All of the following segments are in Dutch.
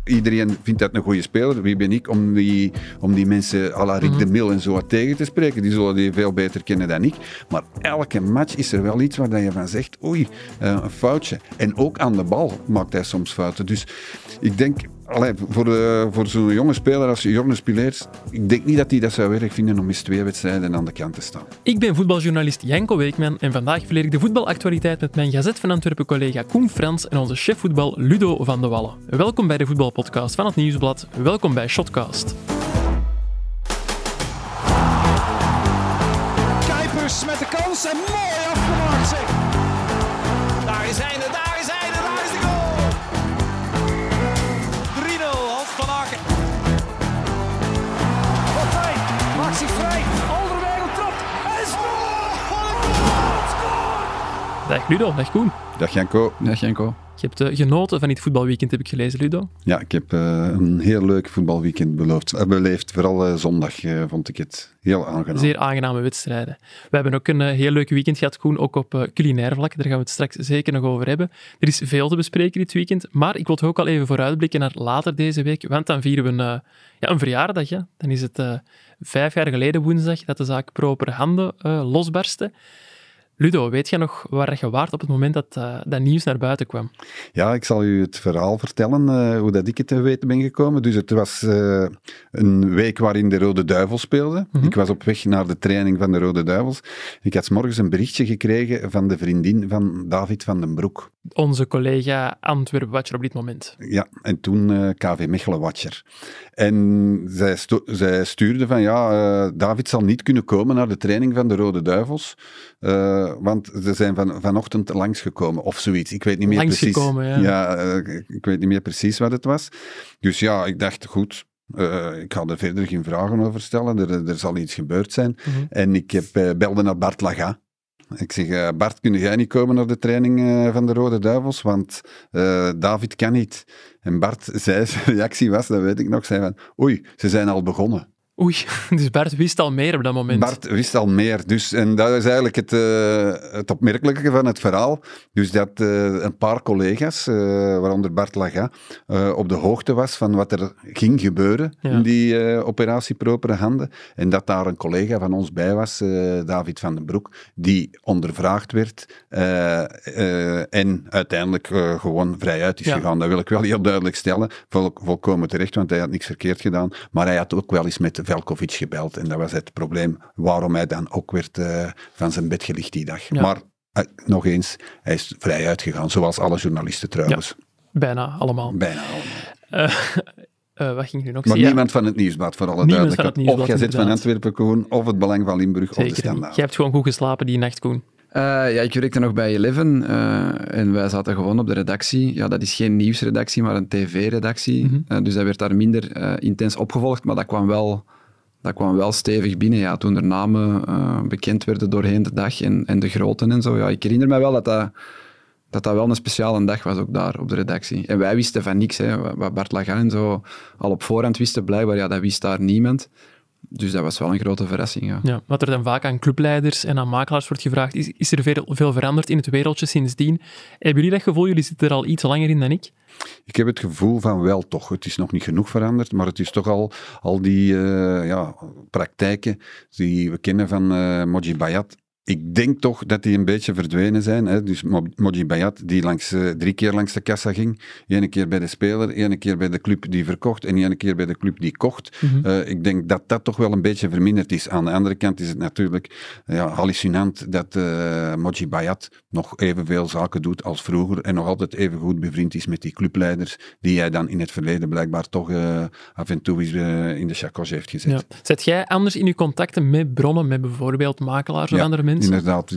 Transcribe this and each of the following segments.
Iedereen vindt dat een goede speler. Wie ben ik om die mensen à la Rick de Mil en zo tegen te spreken? Die zullen die veel beter kennen dan ik. Maar elke match is er wel iets waar je van zegt, oei, een foutje. En ook aan de bal maakt hij soms fouten. Dus ik denk, voor zo'n jonge speler als Joris Pileers, ik denk niet dat hij dat zou erg vinden om eens 2 wedstrijden aan de kant te staan. Ik ben voetbaljournalist Janko Weekman en vandaag verleer ik de voetbalactualiteit met mijn Gazet van Antwerpen collega Koen Frans en onze chef voetbal Ludo van de Wallen. Welkom bij de voetbalpodcast van het Nieuwsblad. Welkom bij Shotcast. Kuipers met de kans en mooi afgemaakt, zeg. Daar is Heine, daar is de goal. 3-0, Hans van Aken. Wat fijn, maakt zich vrij. Alderweireld trapt en scoort! Dag Ludo, dag Koen. Dag Janko. Dag Janko. Je hebt genoten van dit voetbalweekend, heb ik gelezen, Ludo. Ja, ik heb een heel leuk voetbalweekend beleefd. Vooral zondag vond ik het heel aangenaam. Zeer aangename wedstrijden. We hebben ook een heel leuk weekend gehad, Koen, ook op culinair vlak. Daar gaan we het straks zeker nog over hebben. Er is veel te bespreken dit weekend, maar ik wil toch ook al even vooruitblikken naar later deze week, want dan vieren we een verjaardag. Ja. Dan is het 5 jaar geleden woensdag dat de zaak Proper Handen losbarstte. Ludo, weet je nog waar je waart op het moment dat nieuws naar buiten kwam? Ja, ik zal u het verhaal vertellen, hoe dat ik het te weten ben gekomen. Dus het was een week waarin de Rode Duivels speelden. Ik was op weg naar de training van de Rode Duivels. Ik had 's morgens een berichtje gekregen van de vriendin van David van den Broek. Onze collega Antwerp-watcher op dit moment. Ja, en toen KV Mechelen-watcher. En zij stuurde van, David zal niet kunnen komen naar de training van de Rode Duivels, want ze zijn vanochtend langsgekomen, of zoiets. Ik weet niet meer precies. Ik weet niet meer precies wat het was. Dus ja, ik dacht, goed, ik ga er verder geen vragen over stellen. Er zal iets gebeurd zijn. En ik belde naar Bart Laga. Ik zeg, Bart, kun jij niet komen naar de training van de Rode Duivels? Want David kan niet. En Bart, zijn reactie was, dat weet ik nog, zei van, oei, ze zijn al begonnen. Oei, dus Bart wist al meer op dat moment. Bart wist al meer. Dus, en dat is eigenlijk het opmerkelijke van het verhaal. Dus dat een paar collega's, waaronder Bart Laga, op de hoogte was van wat er ging gebeuren in die operatie Propere Handen. En dat daar een collega van ons bij was, David van den Broek, die ondervraagd werd en uiteindelijk gewoon vrijuit is gegaan. Dat wil ik wel heel duidelijk stellen. Volkomen terecht, want hij had niks verkeerd gedaan. Maar hij had ook wel eens met Velkovic gebeld. En dat was het probleem waarom hij dan ook werd van zijn bed gelicht die dag. Ja. Maar nog eens, hij is vrij uitgegaan, zoals alle journalisten trouwens. Ja, bijna allemaal. Wat ging nu nog maar zeggen? Niemand van het Nieuwsblad, voor alle duidelijkheid. Of Gazet van Antwerpen, Koen, of het Belang van Limburg, zeker of de Standaard. Je hebt gewoon goed geslapen die nacht, Koen. Ik werkte nog bij Eleven en wij zaten gewoon op de redactie. Ja, dat is geen nieuwsredactie, maar een tv-redactie. Dus dat werd daar minder intens opgevolgd, maar dat kwam wel stevig binnen. Ja, toen er namen bekend werden doorheen de dag en de grootten en zo. Ja, ik herinner me wel dat wel een speciale dag was ook daar op de redactie. En wij wisten van niks. Hè. Wat Bart Laga en zo al op voorhand wisten, blijkbaar, dat wist daar niemand. Dus dat was wel een grote verrassing, ja. Ja, wat er dan vaak aan clubleiders en aan makelaars wordt gevraagd, is er veel veranderd in het wereldje sindsdien? Hebben jullie dat gevoel? Jullie zitten er al iets langer in dan ik. Ik heb het gevoel van wel toch. Het is nog niet genoeg veranderd, maar het is toch al die praktijken die we kennen van Moji Bayat. Ik denk toch dat die een beetje verdwenen zijn. Hè. Dus Moji Bayat, die 3 keer langs de kassa ging. 1 keer bij de speler, 1 keer bij de club die verkocht en 1 keer bij de club die kocht. Ik denk dat dat toch wel een beetje verminderd is. Aan de andere kant is het natuurlijk hallucinant dat Moji Bayat nog evenveel zaken doet als vroeger en nog altijd even goed bevriend is met die clubleiders die hij dan in het verleden blijkbaar toch af en toe eens in de chakos heeft gezet. Ja. Zet jij anders in je contacten met bronnen, met bijvoorbeeld makelaars of andere mensen? Inderdaad,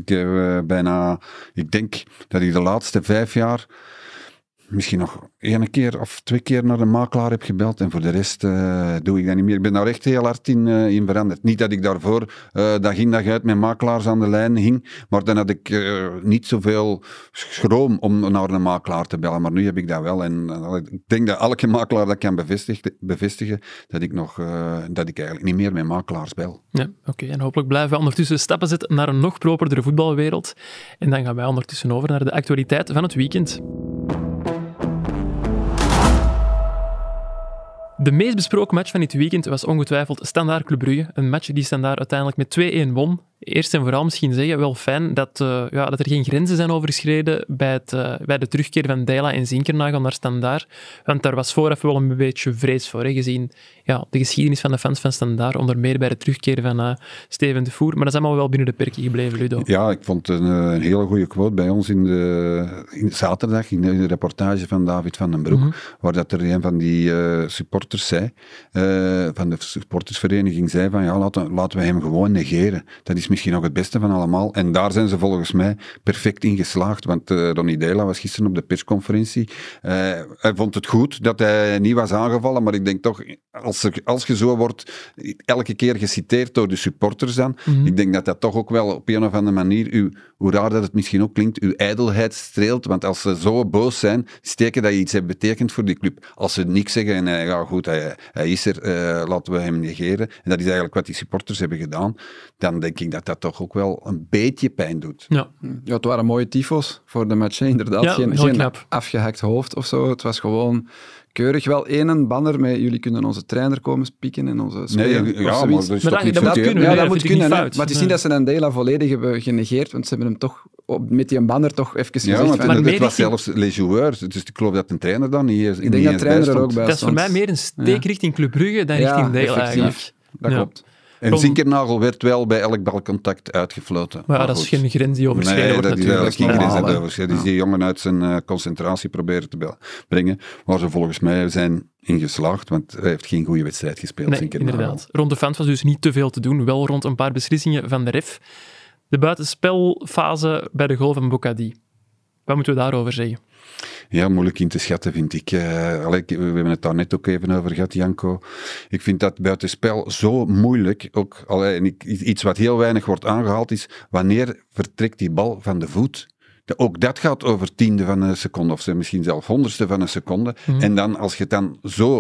ik denk dat ik de laatste 5 jaar misschien nog 1 keer of 2 keer naar een makelaar heb gebeld en voor de rest doe ik dat niet meer. Ik ben daar echt heel hard in veranderd. Niet dat ik daarvoor dag in dag uit met makelaars aan de lijn hing, maar dan had ik niet zoveel schroom om naar een makelaar te bellen. Maar nu heb ik dat wel en ik denk dat elke makelaar dat kan bevestigen dat ik eigenlijk niet meer met makelaars bel. Ja, oké. En hopelijk blijven we ondertussen stappen zetten naar een nog properdere voetbalwereld. En dan gaan wij ondertussen over naar de actualiteit van het weekend. De meest besproken match van dit weekend was ongetwijfeld Standaard Club Brugge. Een match die Standaard uiteindelijk met 2-1 won. Eerst en vooral misschien zeggen, wel fijn dat er geen grenzen zijn overschreden bij de terugkeer van Deila en Zinkernagel naar Standaard. Want daar was vooraf wel een beetje vrees voor, gezien de geschiedenis van de fans van Standaard, onder meer bij de terugkeer van Steven de Voer. Maar dat is allemaal wel binnen de perken gebleven, Ludo. Ja, ik vond een hele goede quote bij ons in de zaterdag, in de reportage van David van den Broek, waar dat er een van die supporters zei, van de supportersvereniging zei van laten we hem gewoon negeren. Dat is misschien nog het beste van allemaal. En daar zijn ze volgens mij perfect in geslaagd, want Ronny Deila was gisteren op de persconferentie. Hij vond het goed dat hij niet was aangevallen, maar ik denk toch, als je zo wordt elke keer geciteerd door de supporters dan, ik denk dat dat toch ook wel op een of andere manier, hoe raar dat het misschien ook klinkt, uw ijdelheid streelt, want als ze zo boos zijn, steken dat je iets hebt betekend voor die club. Als ze niks zeggen en hij is er, laten we hem negeren, en dat is eigenlijk wat die supporters hebben gedaan, dan denk ik dat dat toch ook wel een beetje pijn doet. Ja, het waren mooie tyfo's voor de match, inderdaad. Ja, geen afgehakt hoofd of zo. Het was gewoon keurig. Wel één banner met jullie kunnen onze trainer komen spieken en onze speler. Nee, ja, maar dat is toch niet dat moet kunnen. Ja, dat moet kunnen. Maar het is niet dat ze een Deila volledig hebben genegeerd, want ze hebben hem toch met die banner toch even gezegd. Ja, want het was zelfs les joueurs, dus ik geloof dat een trainer dan niet eens. Ik denk dat de trainer er ook bij dat is voor mij meer een steek richting Club Brugge dan richting Deila eigenlijk. Dat klopt. En Zinkernagel werd wel bij elk balcontact uitgefloten. Maar dat is geen grens die overschreden wordt natuurlijk. Nee, dat is geen grens die overschreden. Die jongen uit zijn concentratie proberen te brengen, waar ze volgens mij zijn in geslaagd, want hij heeft geen goede wedstrijd gespeeld. Nee, inderdaad. Rond de fans was dus niet te veel te doen, wel rond een paar beslissingen van de ref. De buitenspelfase bij de goal van Bocadi. Wat moeten we daarover zeggen? Ja, moeilijk in te schatten, vind ik. We hebben het daar net ook even over gehad, Janko. Ik vind dat buitenspel zo moeilijk. Ook, iets wat heel weinig wordt aangehaald is, wanneer vertrekt die bal van de voet? Ook dat gaat over tiende van een seconde, of misschien zelfs honderdste van een seconde. En dan, als je het dan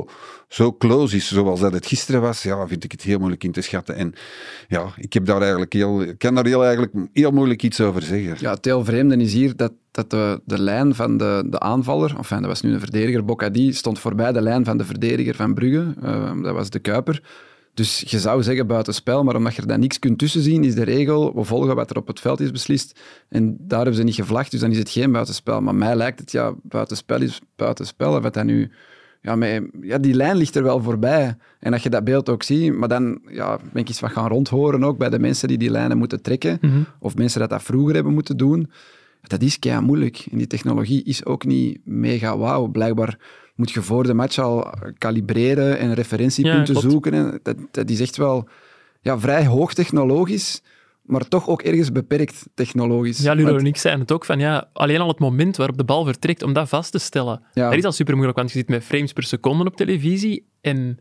zo close is, zoals dat het gisteren was, vind ik het heel moeilijk in te schatten. En ik kan daar eigenlijk heel moeilijk iets over zeggen. Ja, het heel vreemde is hier dat de lijn van de aanvaller, dat was nu een verdediger, Bocadi, stond voorbij de lijn van de verdediger van Brugge. Dat was de Kuiper. Dus je zou zeggen buitenspel, maar omdat je er dan niks kunt tussen zien, is de regel, we volgen wat er op het veld is beslist. En daar hebben ze niet gevlacht, dus dan is het geen buitenspel. Maar mij lijkt het, buitenspel is buitenspel. En wat dat nu... die lijn ligt er wel voorbij. En dat je dat beeld ook ziet, maar dan ben ik eens wat gaan rondhoren ook bij de mensen die lijnen moeten trekken. Of mensen dat vroeger hebben moeten doen. Dat is kei moeilijk. En die technologie is ook niet mega wauw. Blijkbaar moet je voor de match al kalibreren en referentiepunten zoeken. Dat is echt wel vrij hoog technologisch, maar toch ook ergens beperkt technologisch. Ja, Ludo en ik zeiden het ook, van alleen al het moment waarop de bal vertrekt, om dat vast te stellen. Dat is al super moeilijk, want je zit met frames per seconde op televisie en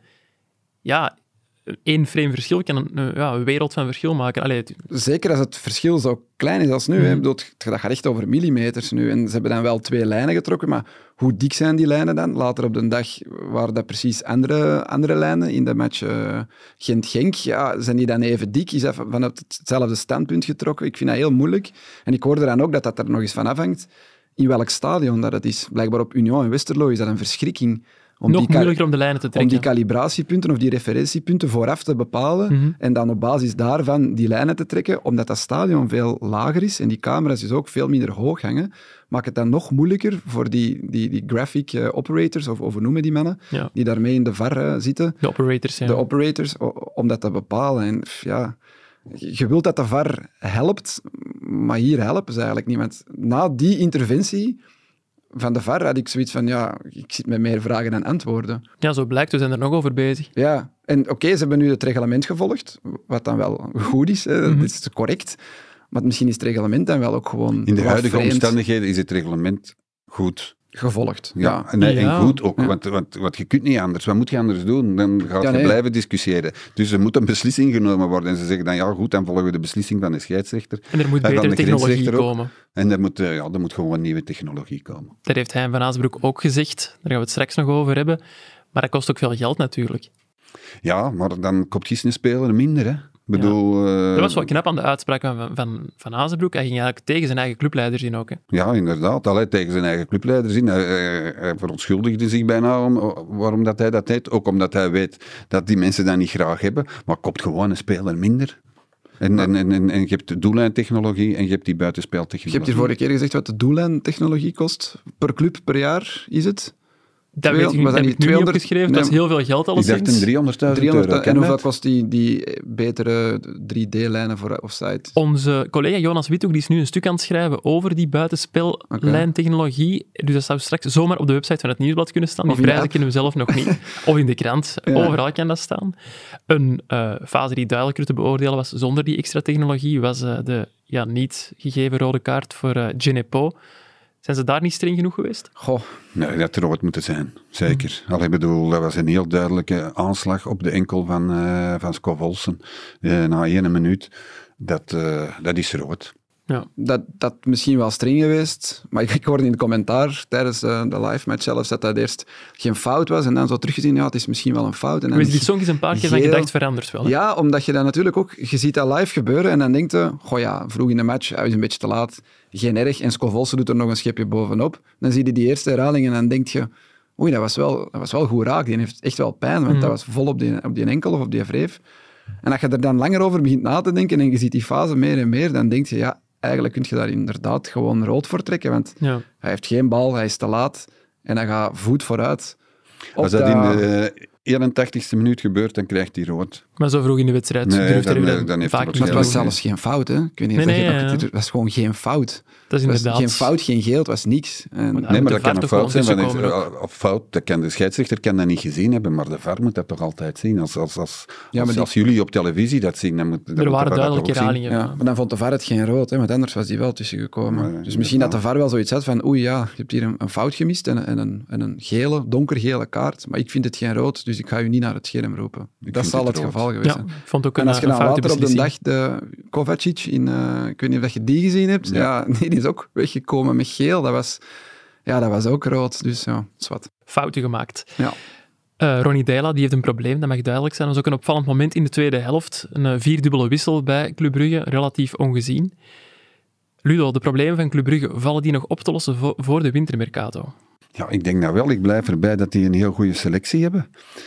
1 frame verschil kan een wereld van verschil maken. Zeker als het verschil zo klein is als nu. Dat gaat echt over millimeters nu. En ze hebben dan wel 2 lijnen getrokken, maar hoe dik zijn die lijnen dan? Later op de dag waren dat precies andere lijnen. In de match Gent-Genk, zijn die dan even dik? Is dat vanuit hetzelfde standpunt getrokken? Ik vind dat heel moeilijk. En ik hoorde dan ook dat er nog eens van afhangt in welk stadion dat het is. Blijkbaar op Union en Westerlo is dat een verschrikking. Nog moeilijker om de lijnen te trekken. Om die calibratiepunten of die referentiepunten vooraf te bepalen en dan op basis daarvan die lijnen te trekken, omdat dat stadion veel lager is en die camera's dus ook veel minder hoog hangen, maakt het dan nog moeilijker voor die graphic operators, of hoe noemen die mannen, die daarmee in de VAR zitten. De operators, De operators, om dat te bepalen. En je wilt dat de VAR helpt, maar hier helpen ze eigenlijk niet. Want na die interventie van de VAR had ik zoiets van, ik zit met meer vragen dan antwoorden. Ja, zo blijkt, we zijn er nog over bezig. Ja, en ze hebben nu het reglement gevolgd, wat dan wel goed is, dat is correct. Maar misschien is het reglement dan wel ook gewoon in de huidige omstandigheden is het reglement goed gevolgd. En goed ook, want je kunt niet anders. Wat moet je anders doen? Dan gaat je blijven discussiëren. Dus er moet een beslissing genomen worden. En ze zeggen dan, goed, dan volgen we de beslissing van de scheidsrechter. En er moet betere technologie komen. En er moet gewoon nieuwe technologie komen. Dat heeft Hein van Azenbroek ook gezegd. Daar gaan we het straks nog over hebben. Maar dat kost ook veel geld natuurlijk. Ja, maar dan koopt je een speler minder, hè. bedoel, Dat was wel knap aan de uitspraak van Azenbroek. Hij ging eigenlijk tegen zijn eigen clubleiders in ook. Hè. Ja, inderdaad. Allee, tegen zijn eigen clubleiders in. Hij verontschuldigde zich bijna waarom dat hij dat deed. Ook omdat hij weet dat die mensen dat niet graag hebben. Maar koopt gewoon een speler minder. En je hebt de doellijntechnologie en je hebt die buitenspeeltechnologie. Je hebt hier vorige keer gezegd wat de doellijntechnologie kost. Per club, per jaar is het? Dat weet ik niet. Dat heb ik nu niet opgeschreven. Dat is heel veel geld alleszins. Ik dacht €300.000. En hoeveel kost die betere 3D-lijnen voor offside? Onze collega Jonas Withoek die is nu een stuk aan het schrijven over die buitenspeellijntechnologie. Dus dat zou straks zomaar op de website van het Nieuwsblad kunnen staan. Die prijzen kennen we zelf nog niet. Of in de krant. Ja. Overal kan dat staan. Een fase die duidelijker te beoordelen was zonder die extra technologie was de niet gegeven rode kaart voor Djenepo. Zijn ze daar niet streng genoeg geweest? Goh. Nee, dat er ooit moeten zijn. Zeker. Ik bedoel, dat was een heel duidelijke aanslag op de enkel van Skov Olsen. Na 1 minuut. Dat is rood. Ja. Dat misschien wel streng geweest, maar ik hoorde in het commentaar tijdens de live match zelfs dat eerst geen fout was en dan zo teruggezien, het is misschien wel een fout. En die song is een paar keer van gedacht veranderd wel. Hè? Ja, omdat je dan natuurlijk ook, je ziet dat live gebeuren en dan denkt je, vroeg in de match, hij is een beetje te laat, geen erg, en Skov Olsen doet er nog een schepje bovenop. Dan zie je die eerste herhaling en dan denk je, oei, dat was wel goed raak, die heeft echt wel pijn, want dat was vol op die enkel of op die wreef. En als je er dan langer over begint na te denken en je ziet die fase meer en meer, dan denk je, eigenlijk kun je daar inderdaad gewoon rood voor trekken, want hij heeft geen bal, hij is te laat en hij gaat voet vooruit. Als dat in de 81ste minuut gebeurt, dan krijgt hij rood. Maar zo vroeg in de wedstrijd durft hij dan vaak niet. Maar het was zelfs geen fout, hè? Ik weet niet het was gewoon geen fout. Dat is inderdaad... Geen fout, geen geel, het was niks. Maar dat kan een fout zijn. Of fout, dat kan de scheidsrechter dat niet gezien hebben, maar de VAR moet dat toch altijd zien. Als jullie op televisie dat zien, dan moet er waren duidelijke herhalingen. Ja, maar dan vond de VAR het geen rood, hè, want anders was die wel tussengekomen. Dus misschien dat de VAR wel zoiets had van je hebt hier een fout gemist en een gele, donkergele kaart, maar ik vind het geen rood, dus ik ga u niet naar het scherm roepen. Dat zal het geval geweest zijn. Vond ook en als je dan later op de dag de Kovacic ik weet niet of je die gezien hebt, die is ook weggekomen met geel. Dat was ook rood, dus zwart. Fouten gemaakt. Ja. Ronny Deila die heeft een probleem, dat mag duidelijk zijn. Dat was ook een opvallend moment in de tweede helft. Een 4-dubbele wissel bij Club Brugge, relatief ongezien. Ludo, de problemen van Club Brugge, vallen die nog op te lossen voor de wintermercato? Ja, ik denk dat wel. Ik blijf erbij dat die een heel goede selectie hebben.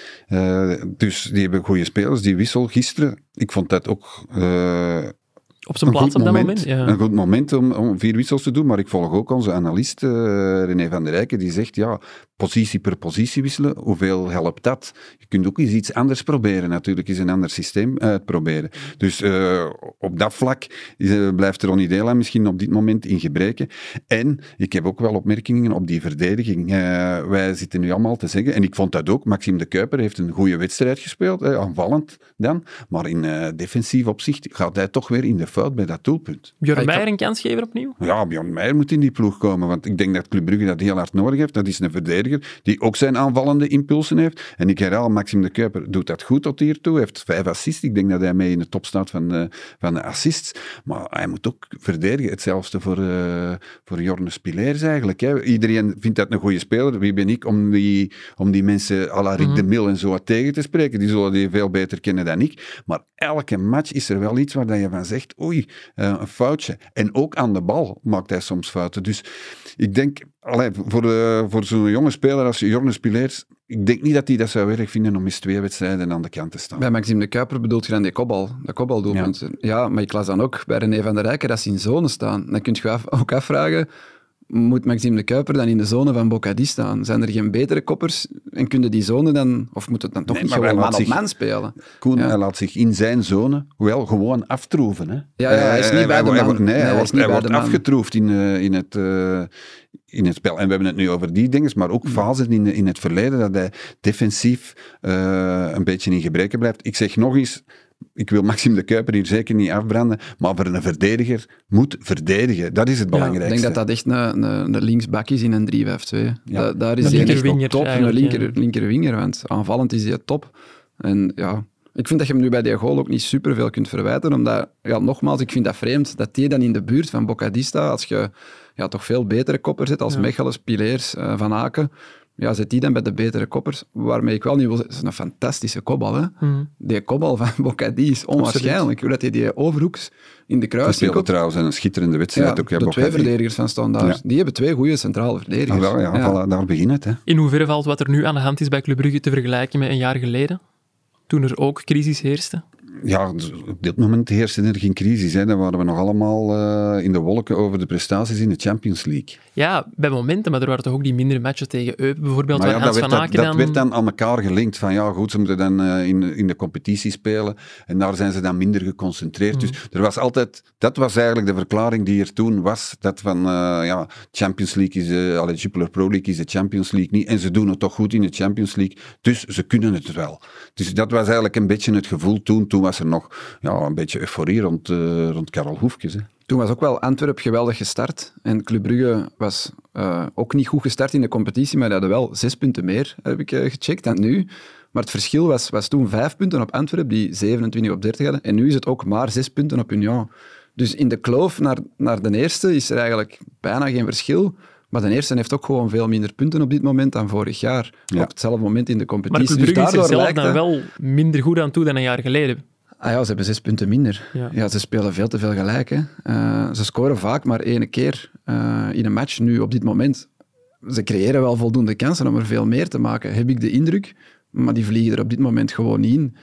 Dus die hebben goede spelers. Die wissel gisteren, ik vond dat ook... op zijn plaats op dat moment. Ja. Een goed moment om 4 wissels te doen, maar ik volg ook onze analist René van der Rijken, die zegt, positie per positie wisselen, hoeveel helpt dat? Je kunt ook eens iets anders proberen, natuurlijk, eens een ander systeem uitproberen. Dus op dat vlak blijft Ronny Deila misschien op dit moment in gebreken. En ik heb ook wel opmerkingen op die verdediging. Wij zitten nu allemaal te zeggen, en ik vond dat ook, Maxime de Kuiper heeft een goede wedstrijd gespeeld, aanvallend dan, maar in defensief opzicht gaat hij toch weer in de fout bij dat doelpunt. Björn Meijer een kansgever opnieuw? Ja, Björn Meijer moet in die ploeg komen, want ik denk dat Club Brugge dat heel hard nodig heeft. Dat is een verdediger die ook zijn aanvallende impulsen heeft. En ik herhaal, Maxime de Kuiper doet dat goed tot hiertoe. Hij heeft 5 assists. Ik denk dat hij mee in de top staat van de assists. Maar hij moet ook verdedigen. Hetzelfde voor Jorne Pilaers eigenlijk. Hè. Iedereen vindt dat een goede speler. Wie ben ik om die mensen à la Rick de Mil en zo tegen te spreken? Die zullen die veel beter kennen dan ik. Maar elke match is er wel iets waar je van zegt, oei, een foutje. En ook aan de bal maakt hij soms fouten. Dus ik denk, voor zo'n jonge speler als Jorne Pilaers, ik denk niet dat hij dat zou erg vinden om eens 2 wedstrijden aan de kant te staan. Bij Maxime de Kuiper bedoelt je dan die kopbaldoelpunt. Ja, maar ik las dan ook bij René van der Rijken dat ze in zone staan. Dan kun je ook afvragen, moet Maxime de Kuiper dan in de zone van Bocadi staan? Zijn er geen betere koppers en kunnen die zone dan, of moet het dan toch niet gewoon man op man spelen? Koen, hij laat zich in zijn zone wel gewoon aftroeven. Hè? Ja, hij is niet bij de man. Hij wordt afgetroefd in het spel. En we hebben het nu over die dingen, maar ook fases in het verleden dat hij defensief een beetje in gebreken blijft. Ik zeg nog eens, ik wil Maxime de Kuiper hier zeker niet afbranden, maar voor een verdediger moet verdedigen. Dat is het belangrijkste. Ik denk dat echt een linksback is in een 3-5-2. Ja. Daar is hij echt top. Een linkerwinger, want aanvallend is hij top. En ik vind dat je hem nu bij die goal ook niet superveel kunt verwijten, omdat, nogmaals, ik vind dat vreemd, dat die dan in de buurt van Bocadi staat, als je toch veel betere koppers zit, als Mechelen, Pilaers, Van Aken, Ja, zet die dan bij de betere koppers. Waarmee ik wel niet wil zeggen, het is een fantastische kopbal. Hè? Die kopbal van Bocadi is onwaarschijnlijk. Hoe dat hij die overhoeks in de Ze kruising speelde komt. trouwens een schitterende wedstrijd. Ja, ook, ja, de twee Bocadi. verdedigers van Standaard. Ja. Die hebben 2 goede centrale verdedigers. Ah, wel, ja. Voilà, daar begint het. Hè. In hoeverre valt wat er nu aan de hand is bij Club Brugge te vergelijken met een jaar geleden? Toen er ook crisis heerste? Ja, op dit moment heerste er geen crisis. Hè. Dan waren we nog allemaal in de wolken over de prestaties in de Champions League. Ja, bij momenten, maar er waren toch ook die mindere matchen tegen Eupen bijvoorbeeld, Maar waar ja, Hans van Aken dat werd dan aan elkaar gelinkt. Van ja, goed, ze moeten dan in de competitie spelen. En daar zijn ze dan minder geconcentreerd. Dus er was altijd... Dat was eigenlijk de verklaring die er toen was. Dat van, Champions League is... Jupiler Pro League is de Champions League niet. En ze doen het toch goed in de Champions League. Dus ze kunnen het wel. Dus dat was eigenlijk een beetje het gevoel toen. Toen was er nog een beetje euforie rond Karel Hoefkes. Hè. Toen was ook wel Antwerp geweldig gestart. En Club Brugge was ook niet goed gestart in de competitie, maar die hadden wel 6 punten meer, heb ik gecheckt, dan nu. Maar het verschil was toen 5 punten op Antwerp, die 27 op 30 hadden. En nu is het ook maar 6 punten op Union. Dus in de kloof naar de eerste is er eigenlijk bijna geen verschil. Maar de eerste heeft ook gewoon veel minder punten op dit moment dan vorig jaar. Ja. Op hetzelfde moment in de Maar competitie. Club Brugge is er zelf lijkt dan het- wel minder goed aan toe dan een jaar geleden. Ah ja, ze hebben 6 punten minder. Ja. Ja, ze spelen veel te veel gelijk. Hè. Ze scoren vaak maar 1 keer in een match. Nu, op dit moment, ze creëren wel voldoende kansen om er veel meer te maken, heb ik de indruk. Maar die vliegen er op dit moment gewoon niet in.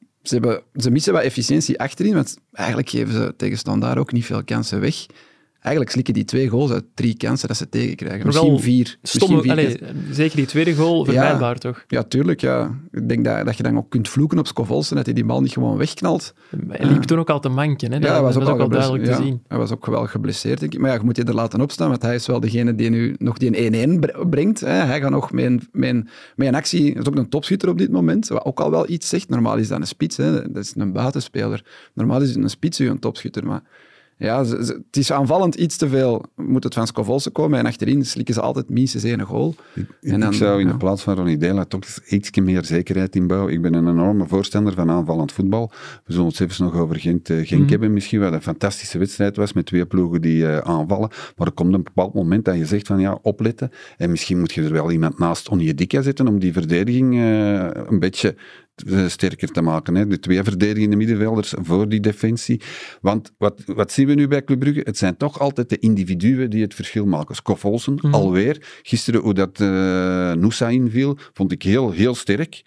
Ze missen wat efficiëntie achterin, want eigenlijk geven ze tegen Standaard ook niet veel kansen weg. Eigenlijk slikken die 2 goals uit 3 kansen dat ze tegenkrijgen. Maar wel Misschien 4. Stomme, zeker die tweede goal, vermijdbaar toch? Ja, tuurlijk. Ja. Ik denk dat je dan ook kunt vloeken op Scovolsen, dat hij die bal niet gewoon wegknalt. Hij liep toen ook al te manken, hè? Ja, hij was ook al wel duidelijk te zien. Hij was ook wel geblesseerd, denk ik. Maar ja, je moet je er laten opstaan, want hij is wel degene die nu nog die 1-1 brengt. Hè. Hij gaat nog met een actie... Hij is ook een topschutter op dit moment, wat ook al wel iets zegt. Normaal is dat een spits, hè. Dat is een buitenspeler. Normaal is het een spits, een topschutter, maar... Ja, het is aanvallend iets te veel. Moet het van Scovolsen komen en achterin slikken ze altijd minstens 1 goal. Ik zou in de plaats van Ronnie Deila toch iets meer zekerheid inbouwen. Ik ben een enorme voorstander van aanvallend voetbal. We zullen het even nog over Genk hebben misschien, wat een fantastische wedstrijd was met 2 ploegen die aanvallen. Maar er komt een bepaald moment dat je zegt van ja, opletten. En misschien moet je er wel iemand naast Onyedika zetten om die verdediging een beetje... sterker te maken. Hè. De 2 verdedigende middenvelders voor die defensie. Want wat zien we nu bij Club Brugge? Het zijn toch altijd de individuen die het verschil maken. Scovolsen, alweer. Gisteren, hoe dat Nusa inviel, vond ik heel, heel sterk.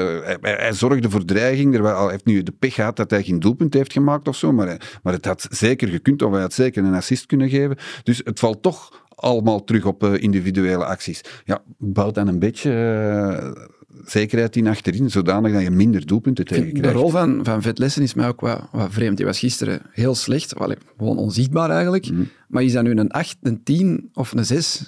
Hij zorgde voor dreiging. Hij heeft nu de pech gehad dat hij geen doelpunt heeft gemaakt of zo, maar het had zeker gekund, of hij had zeker een assist kunnen geven. Dus het valt toch allemaal terug op individuele acties. Ja, bouw dan een beetje... zekerheid in achterin, zodanig dat je minder doelpunten tegenkrijgt. De rol van Vetlessen is mij ook wat vreemd. Die was gisteren heel slecht, gewoon onzichtbaar eigenlijk. Maar is dat nu een 8, een 10 of een 6?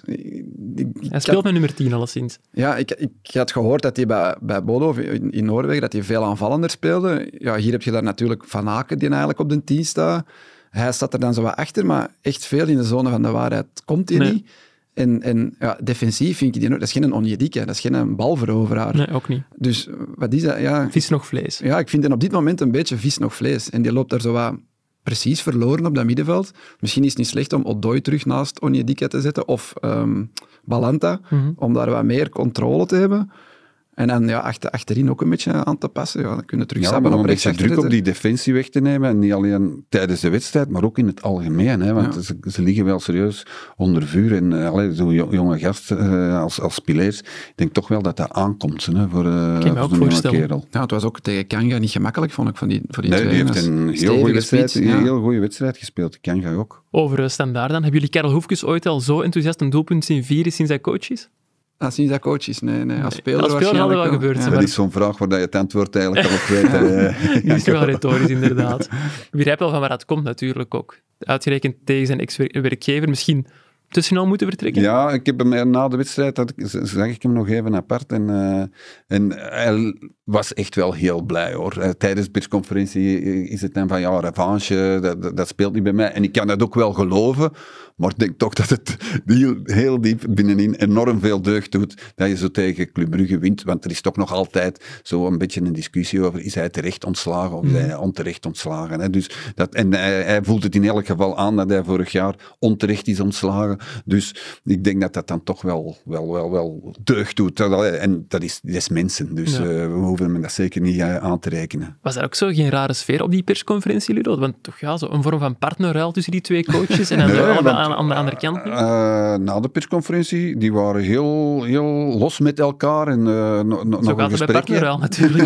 Hij speelt met nummer 10 alleszins. Ja, ik had gehoord dat hij bij Bodo in Noorwegen dat hij veel aanvallender speelde. Ja, hier heb je daar natuurlijk Van Aken, die eigenlijk op de 10 staat. Hij staat er dan zo wat achter, maar echt veel in de zone van de waarheid komt hij niet. En ja, defensief vind ik die... Dat is geen Onyedika, dat is geen balveroveraar. Nee, ook niet. Dus wat is dat? Ja, vis nog vlees. Ja, ik vind hem op dit moment een beetje vis nog vlees. En die loopt daar zo wat precies verloren op dat middenveld. Misschien is het niet slecht om Odoi terug naast Onyedika te zetten, of Balanta, om daar wat meer controle te hebben. En dan achterin ook een beetje aan te passen. Ja, dan kunnen terug samen om op een rechts beetje druk op die defensie weg te nemen. En niet alleen tijdens de wedstrijd, maar ook in het algemeen. Hè, want ze liggen wel serieus onder vuur. En zo'n jonge gast als Pileers, ik denk toch wel dat dat aankomt voor zo'n jonge kerel. Ja, het was ook tegen Kanga niet gemakkelijk, vond ik, voor die twee. Die heeft een heel goede wedstrijd gespeeld. Kanga ook. Over Standaard dan. Hebben jullie Karel Hoefkes ooit al zo enthousiast een doelpunt zien vieren sinds hij coach is? Sinds dat coach is, nee. Als speler had het wel gebeurd. Ja. Dat is zo'n vraag waar je het antwoord eigenlijk al op weet. Die is wel retorisch, inderdaad. Ik begrijp wel van waar dat komt, natuurlijk ook. Uitgerekend tegen zijn ex-werkgever, misschien te snel moeten vertrekken? Ja, ik heb hem na de wedstrijd, zag ik hem nog even apart. En hij was echt wel heel blij, hoor. Tijdens de persconferentie is het dan van, ja, revanche, dat speelt niet bij mij. En ik kan dat ook wel geloven, maar ik denk toch dat het heel diep binnenin enorm veel deugd doet dat je zo tegen Club Brugge wint, want er is toch nog altijd zo een beetje een discussie over, is hij terecht ontslagen of is hij onterecht ontslagen. Hè? Dus hij voelt het in elk geval aan dat hij vorig jaar onterecht is ontslagen. Dus ik denk dat dat dan toch wel deugd doet. En dat is mensen, dus we hoeven me dat zeker niet aan te rekenen. Was er ook zo geen rare sfeer op die persconferentie, Ludo? Want toch zo een vorm van partnerruil tussen die twee coaches en dan allebei aan de andere kant? Na de persconferentie, die waren heel los met elkaar. En, zo gaat het bij partnerruil natuurlijk.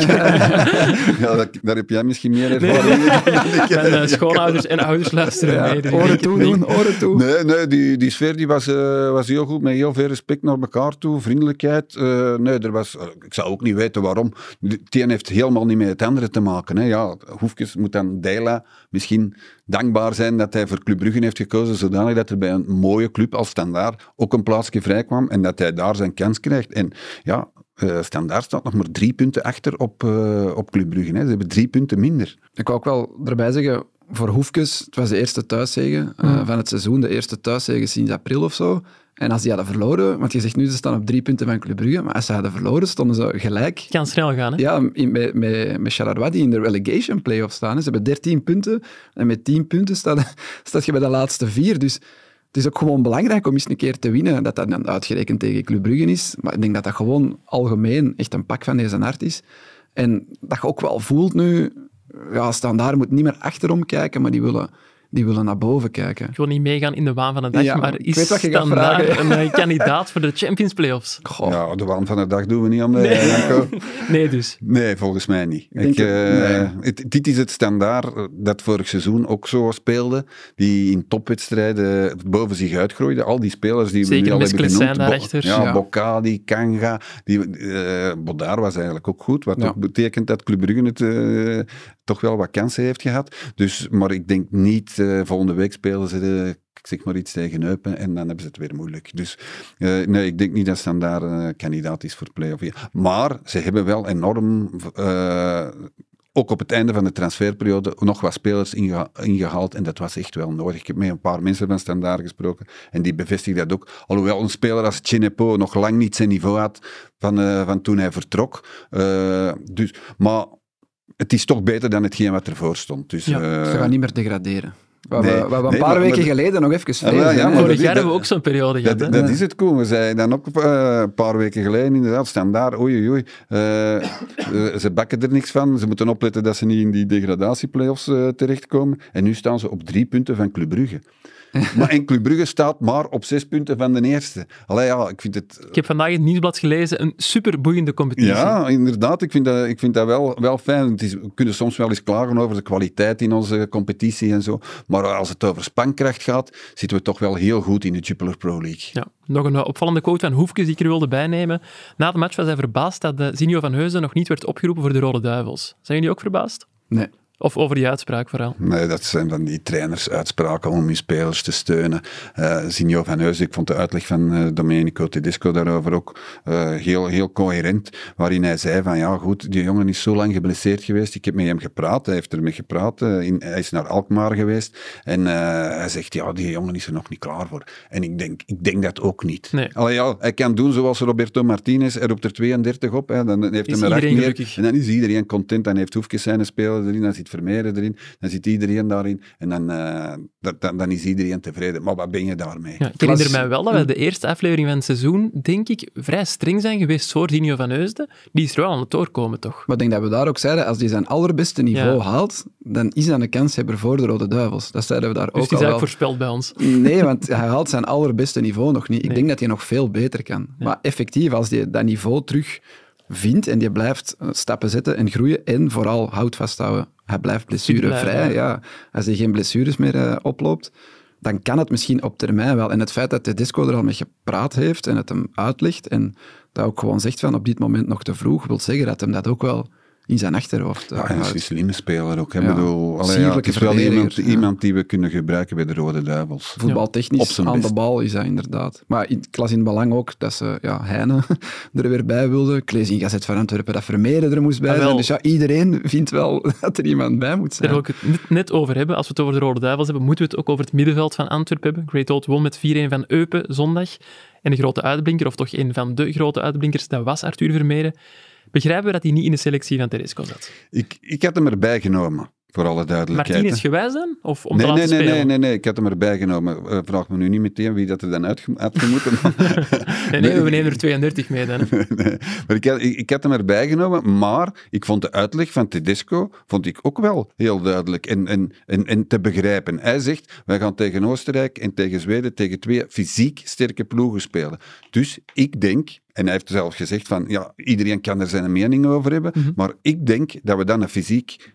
Daar heb jij misschien meer ervaring in. En schoonouders en ouders luisteren mee. Dus oren toe. Nee, die sfeer die was heel goed, met heel veel respect naar elkaar toe, vriendelijkheid. Ik zou ook niet weten waarom. Het een heeft helemaal niet met het andere te maken. Hè. Ja, Hoefkes moet dan Deila misschien dankbaar zijn dat hij voor Club Brugge heeft gekozen, zodanig dat er bij een mooie club als Standaard ook een plaatsje vrij kwam en dat hij daar zijn kans krijgt. En ja, Standaard staat nog maar 3 punten achter op Club Brugge. Hè. Ze hebben 3 punten minder. Ik wou ook wel erbij zeggen, voor Hoefkes, het was de eerste thuiszege van het seizoen, de eerste thuiszege sinds april of zo. En als die hadden verloren, want je zegt nu, ze staan op 3 punten van Club Brugge, maar als ze hadden verloren, stonden ze gelijk. Het kan snel gaan, hè? Ja, met Charleroi, die in de relegation play-off staan. Ze hebben 13 punten en met 10 punten staat je bij de laatste 4. Dus het is ook gewoon belangrijk om eens een keer te winnen. Dat dan uitgerekend tegen Club Brugge is. Maar ik denk dat dat gewoon algemeen echt een pak van deze hart is. En dat je ook wel voelt nu, ja, Standaard moet niet meer achterom kijken, maar die willen naar boven kijken. Ik wil niet meegaan in de waan van de dag, maar is Standaard een kandidaat voor de Champions Playoffs? Goh. Ja, de waan van de dag doen we niet aan de... Nee, dus. Nee, volgens mij niet. Dit is het Standaard dat vorig seizoen ook zo speelde, die in topwedstrijden boven zich uitgroeide. Al die spelers die we nu al hebben genoemd. Daarachter. Bocadi, Kanga, Bodaar was eigenlijk ook goed, wat ook betekent dat Club Brugge het toch wel wat kansen heeft gehad. Dus, maar ik denk niet, volgende week spelen ze ik zeg maar iets tegen Eupen en dan hebben ze het weer moeilijk. Dus nee, ik denk niet dat Standaard kandidaat is voor play-off. Maar ze hebben wel enorm, ook op het einde van de transferperiode, nog wat spelers ingehaald en dat was echt wel nodig. Ik heb met een paar mensen van Standaard gesproken en die bevestigen dat ook. Alhoewel een speler als Chinepo nog lang niet zijn niveau had van toen hij vertrok. Maar het is toch beter dan hetgeen wat ervoor stond. Dus, ze gaan niet meer degraderen. Wat we een paar weken geleden nog even vrezen. Vorig jaar hebben we ook zo'n periode gehad. Dat is het cool. We zeiden dan ook een paar weken geleden inderdaad, Standaard, oei. Ze bakken er niks van. Ze moeten opletten dat ze niet in die degradatieplayoffs terechtkomen. En nu staan ze op 3 punten van Club Brugge. Maar Club Brugge staat maar op 6 punten van de eerste. Allee, ja, ik vind het... Ik heb vandaag in het nieuwsblad gelezen, een superboeiende competitie. Ja, inderdaad. Ik vind dat wel fijn. We kunnen soms wel eens klagen over de kwaliteit in onze competitie en zo. Maar als het over spankracht gaat, zitten we toch wel heel goed in de Jupiler Pro League. Ja. Nog een opvallende quote van Hoefkes die ik er wilde bijnemen. Na de match was hij verbaasd dat Zinio van Heusden nog niet werd opgeroepen voor de Rode Duivels. Zijn jullie ook verbaasd? Nee. Of over die uitspraak vooral? Nee, dat zijn van die trainersuitspraken om je spelers te steunen. Zinio van Heusden, ik vond de uitleg van Domenico Tedesco daarover ook heel coherent, waarin hij zei van ja goed, die jongen is zo lang geblesseerd geweest, ik heb met hem gepraat, hij heeft ermee gepraat, hij is naar Alkmaar geweest en hij zegt ja, die jongen is er nog niet klaar voor. En ik denk dat ook niet. Nee. Allee, ja, hij kan doen zoals Roberto Martinez, hij roept er 32 op, hè, dan heeft hij er 8 meer en dan is iedereen content, dan heeft Hoefkes zijn speler erin, dan zit Vermeeren erin, dan zit iedereen daarin en dan is iedereen tevreden. Maar wat ben je daarmee? Ja, ik herinner mij wel dat we de eerste aflevering van het seizoen, denk ik, vrij streng zijn geweest voor Zinio van Heusden. Die is er wel aan het doorkomen, toch? Maar ik denk dat we daar ook zeiden, als die zijn allerbeste niveau haalt, dan is hij een kanshebber voor de Rode Duivels. Dat zeiden we daar ook al. Dus die is eigenlijk voorspeld bij ons. Nee, want hij haalt zijn allerbeste niveau nog niet. Ik denk dat hij nog veel beter kan. Ja. Maar effectief, als hij dat niveau terug vindt en die blijft stappen zetten en groeien en vooral houdt vasthouden, hij blijft blessurevrij. Ja. Als hij geen blessures meer oploopt, dan kan het misschien op termijn wel. En het feit dat Tedesco er al mee gepraat heeft en het hem uitlegt en dat ook gewoon zegt van op dit moment nog te vroeg, wil zeggen dat hem dat ook wel in zijn achterhoofd. Ja, en een slimme speler ook. Hè. Ja, Bedoel, sierlijke het is wel verdediger, iemand die we kunnen gebruiken bij de Rode Duivels. Op Voetbaltechnisch zijn aan best. de bal is dat inderdaad. Maar ik las in het belang ook dat ze Heine er weer bij wilde. Ik lees in Gazet van Antwerpen dat Vermeeren er moest bij Ah, zijn. wel. Dus ja, iedereen vindt wel dat er iemand bij moet zijn. Daar wil ik het net over hebben. Als we het over de Rode Duivels hebben, moeten we het ook over het middenveld van Antwerpen hebben. Great Old won met 4-1 van Eupen zondag. En de grote uitblinker, of toch een van de grote uitblinkers, dat was Arthur Vermeeren. Begrijpen we dat hij niet in de selectie van Tedesco zat? Ik had hem erbij genomen, voor alle duidelijkheid. Martinez hè. gewijs dan? Of om te laten spelen? Nee, ik had hem erbij genomen. Vraag me nu niet meteen wie dat er dan uit had gemoeten. Nee, we nemen er 32 mee dan. Nee, maar ik had hem erbij genomen, maar ik vond de uitleg van Tedesco vond ik ook wel heel duidelijk en te begrijpen. Hij zegt, wij gaan tegen Oostenrijk en tegen Zweden tegen 2 fysiek sterke ploegen spelen. Dus ik denk, en hij heeft zelf gezegd van, ja, iedereen kan er zijn mening over hebben, maar ik denk dat we dan een fysiek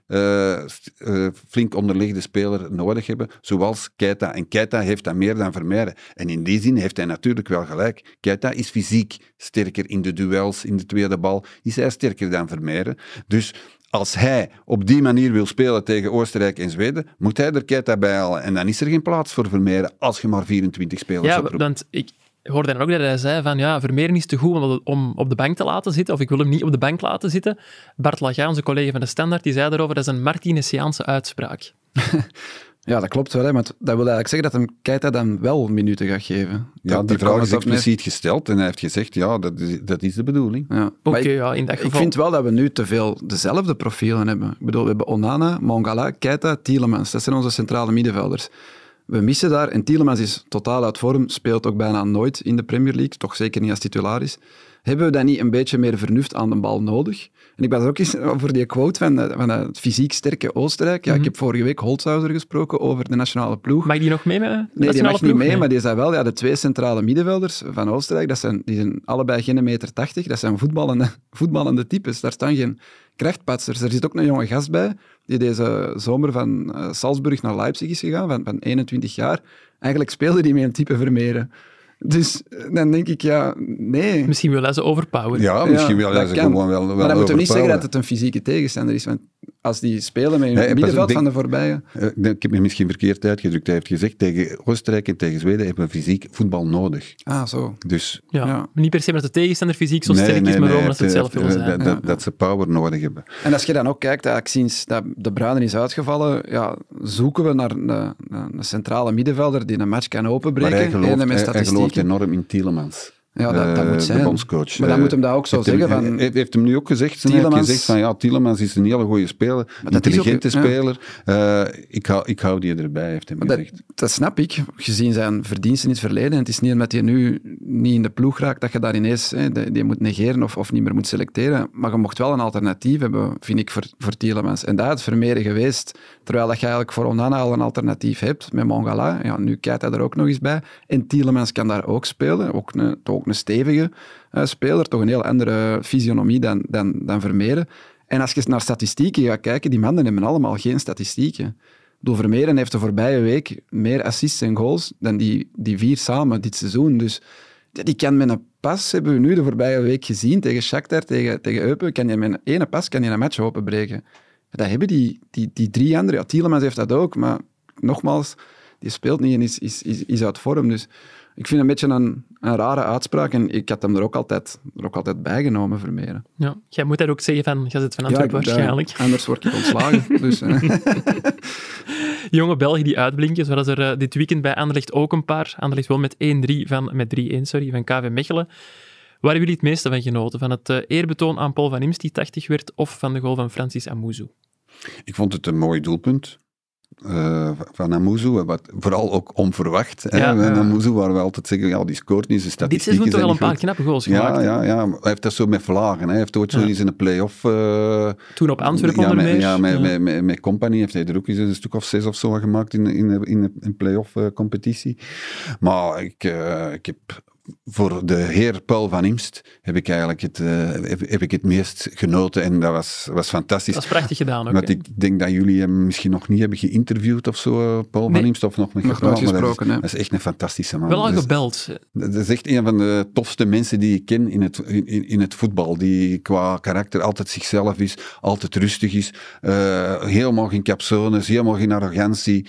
flink onderlegde speler nodig hebben, zoals Keita. En Keita heeft dat meer dan Vermeeren. En in die zin heeft hij natuurlijk wel gelijk. Keita is fysiek sterker in de duels, in de tweede bal, is hij sterker dan Vermeeren. Dus als hij op die manier wil spelen tegen Oostenrijk en Zweden, moet hij er Keita bij halen. En dan is er geen plaats voor Vermeeren als je maar 24 spelers Ja, oproept. want ik hoorde dan ook dat hij zei van ja, Vermeeren is te goed om op de bank te laten zitten, of ik wil hem niet op de bank laten zitten. Bart Laga, onze collega van de Standaard, die zei daarover, dat is een Martinesiaanse uitspraak. Ja, dat klopt wel, hè, maar dat wil eigenlijk zeggen dat hem Keita dan wel minuten gaat geven. Ja, die vraag is expliciet gesteld en hij heeft gezegd, ja, dat is de bedoeling. Ja. Oké, ja, in dat geval. Ik vind wel dat we nu te veel dezelfde profielen hebben. Ik bedoel, we hebben Onana, Mangala, Keita, Tielemans. Dat zijn onze centrale middenvelders. We missen daar, en Tielemans is totaal uit vorm, speelt ook bijna nooit in de Premier League, toch zeker niet als titularis. Hebben we dan niet een beetje meer vernuft aan de bal nodig? En ik was ook eens over die quote van het fysiek sterke Oostenrijk. Ja, ik heb vorige week Holzhauser gesproken over de nationale ploeg. Mag die nog mee met de Nee, die nationale mag niet ploeg? mee, Nee. maar die zei wel, ja, de 2 centrale middenvelders van Oostenrijk, die zijn allebei geen 1,80 meter. Dat zijn voetballende types. Daar staan geen krachtpatsers. Er zit ook een jonge gast bij, die deze zomer van Salzburg naar Leipzig is gegaan, van 21 jaar. Eigenlijk speelde die met een type Vermeeren. Dus dan denk ik, ja, nee. Misschien wil hij ze overpoweren. Ja, misschien wil hij dat ze kan. gewoon wel Maar dat moet toch niet zeggen overpoweren. dat het een fysieke tegenstander is, want als die spelen met Nee, een pas middenveld op, van de voorbije... Ik heb me misschien verkeerd uitgedrukt. Hij heeft gezegd, tegen Oostenrijk en tegen Zweden hebben we fysiek voetbal nodig. Ah, zo. Dus Ja. Ja. Niet per se met de tegenstander fysiek zo sterk is, maar wel omdat ze het zelf willen zijn. Dat ze power nodig hebben. En als je dan ook kijkt, eigenlijk sinds dat De Bruyne is uitgevallen, ja, zoeken we naar een centrale middenvelder die een match kan Maar openbreken. hij Ene met gelooft statistieken. enorm in Tielemans. Ja, dat moet zijn. De bondscoach. Maar dan moet hem dat ook zo heeft hem- zeggen van... Hij heeft hem nu ook gezegd. Hij heeft Tielemans- gezegd van ja, Tielemans is een hele goede speler. dat is ook- Intelligente ja. speler. Ik hou die erbij, heeft hij Maar gezegd. dat snap ik, gezien zijn verdiensten in het verleden. En het is niet omdat hij nu niet in de ploeg raakt, dat je daar ineens die moet negeren of niet meer moet selecteren. Maar je mocht wel een alternatief hebben, vind ik, voor Tielemans. En dat had Vermeeren geweest, terwijl dat je eigenlijk voor Onana al een alternatief hebt, met Mangala. Ja, nu kijkt hij er ook nog eens bij. En Tielemans kan daar ook spelen, ook een stevige speler, toch een heel andere fysionomie dan Vermeeren. En als je naar statistieken gaat kijken, die mannen hebben allemaal geen statistieken. Vermeeren heeft de voorbije week meer assists en goals dan die 4 samen dit seizoen. Dus die kan met een pas, hebben we nu de voorbije week gezien, tegen Shakhtar, tegen Eupen, kan je met een ene pas een match openbreken. Dat hebben die 3 anderen. Ja, Tielemans heeft dat ook, maar nogmaals, die speelt niet en is uit vorm. Dus ik vind het een beetje een rare uitspraak en ik had hem er ook altijd bijgenomen, Vermeeren. Ja. Jij moet daar ook zeggen van Gazet van Antwerpen waarschijnlijk. Anders word ik ontslagen. Dus, Jonge Belgen die uitblinken, zoals er dit weekend bij Anderlecht ook een paar. Anderlecht wel met 3-1 van KV Mechelen. Waar hebben jullie het meeste van genoten? Van het eerbetoon aan Paul van Imst, die 80 werd, of van de goal van Francis Amuzu? Ik vond het een mooi doelpunt. Van Amuzu, wat vooral ook onverwacht. Ja. Van Amuzu, waar we altijd zeggen, ja, die scoort niet, zijn Dit statistieken seizoen toch zijn al een niet paar goed. knappe goals gemaakt. Ja, maar hij heeft dat zo met vlagen. Hè. Hij heeft ooit zo Ja. eens in een play-off... Toen op Antwerpen onder meer. Ja, met Company heeft hij er ook eens een stuk of 6 of zo gemaakt in een play-off competitie. Maar ik heb voor de heer Paul van Imst heb ik eigenlijk heb ik het meest genoten en dat was fantastisch. Dat is prachtig gedaan ook. Want ik denk dat jullie hem misschien nog niet hebben geïnterviewd of zo, Paul van Imst, of nog met nooit gesproken. Dat is echt een fantastische man. Wel al gebeld. Dat is echt een van de tofste mensen die ik ken in het voetbal. Die qua karakter altijd zichzelf is, altijd rustig is, helemaal geen capsones, helemaal geen arrogantie,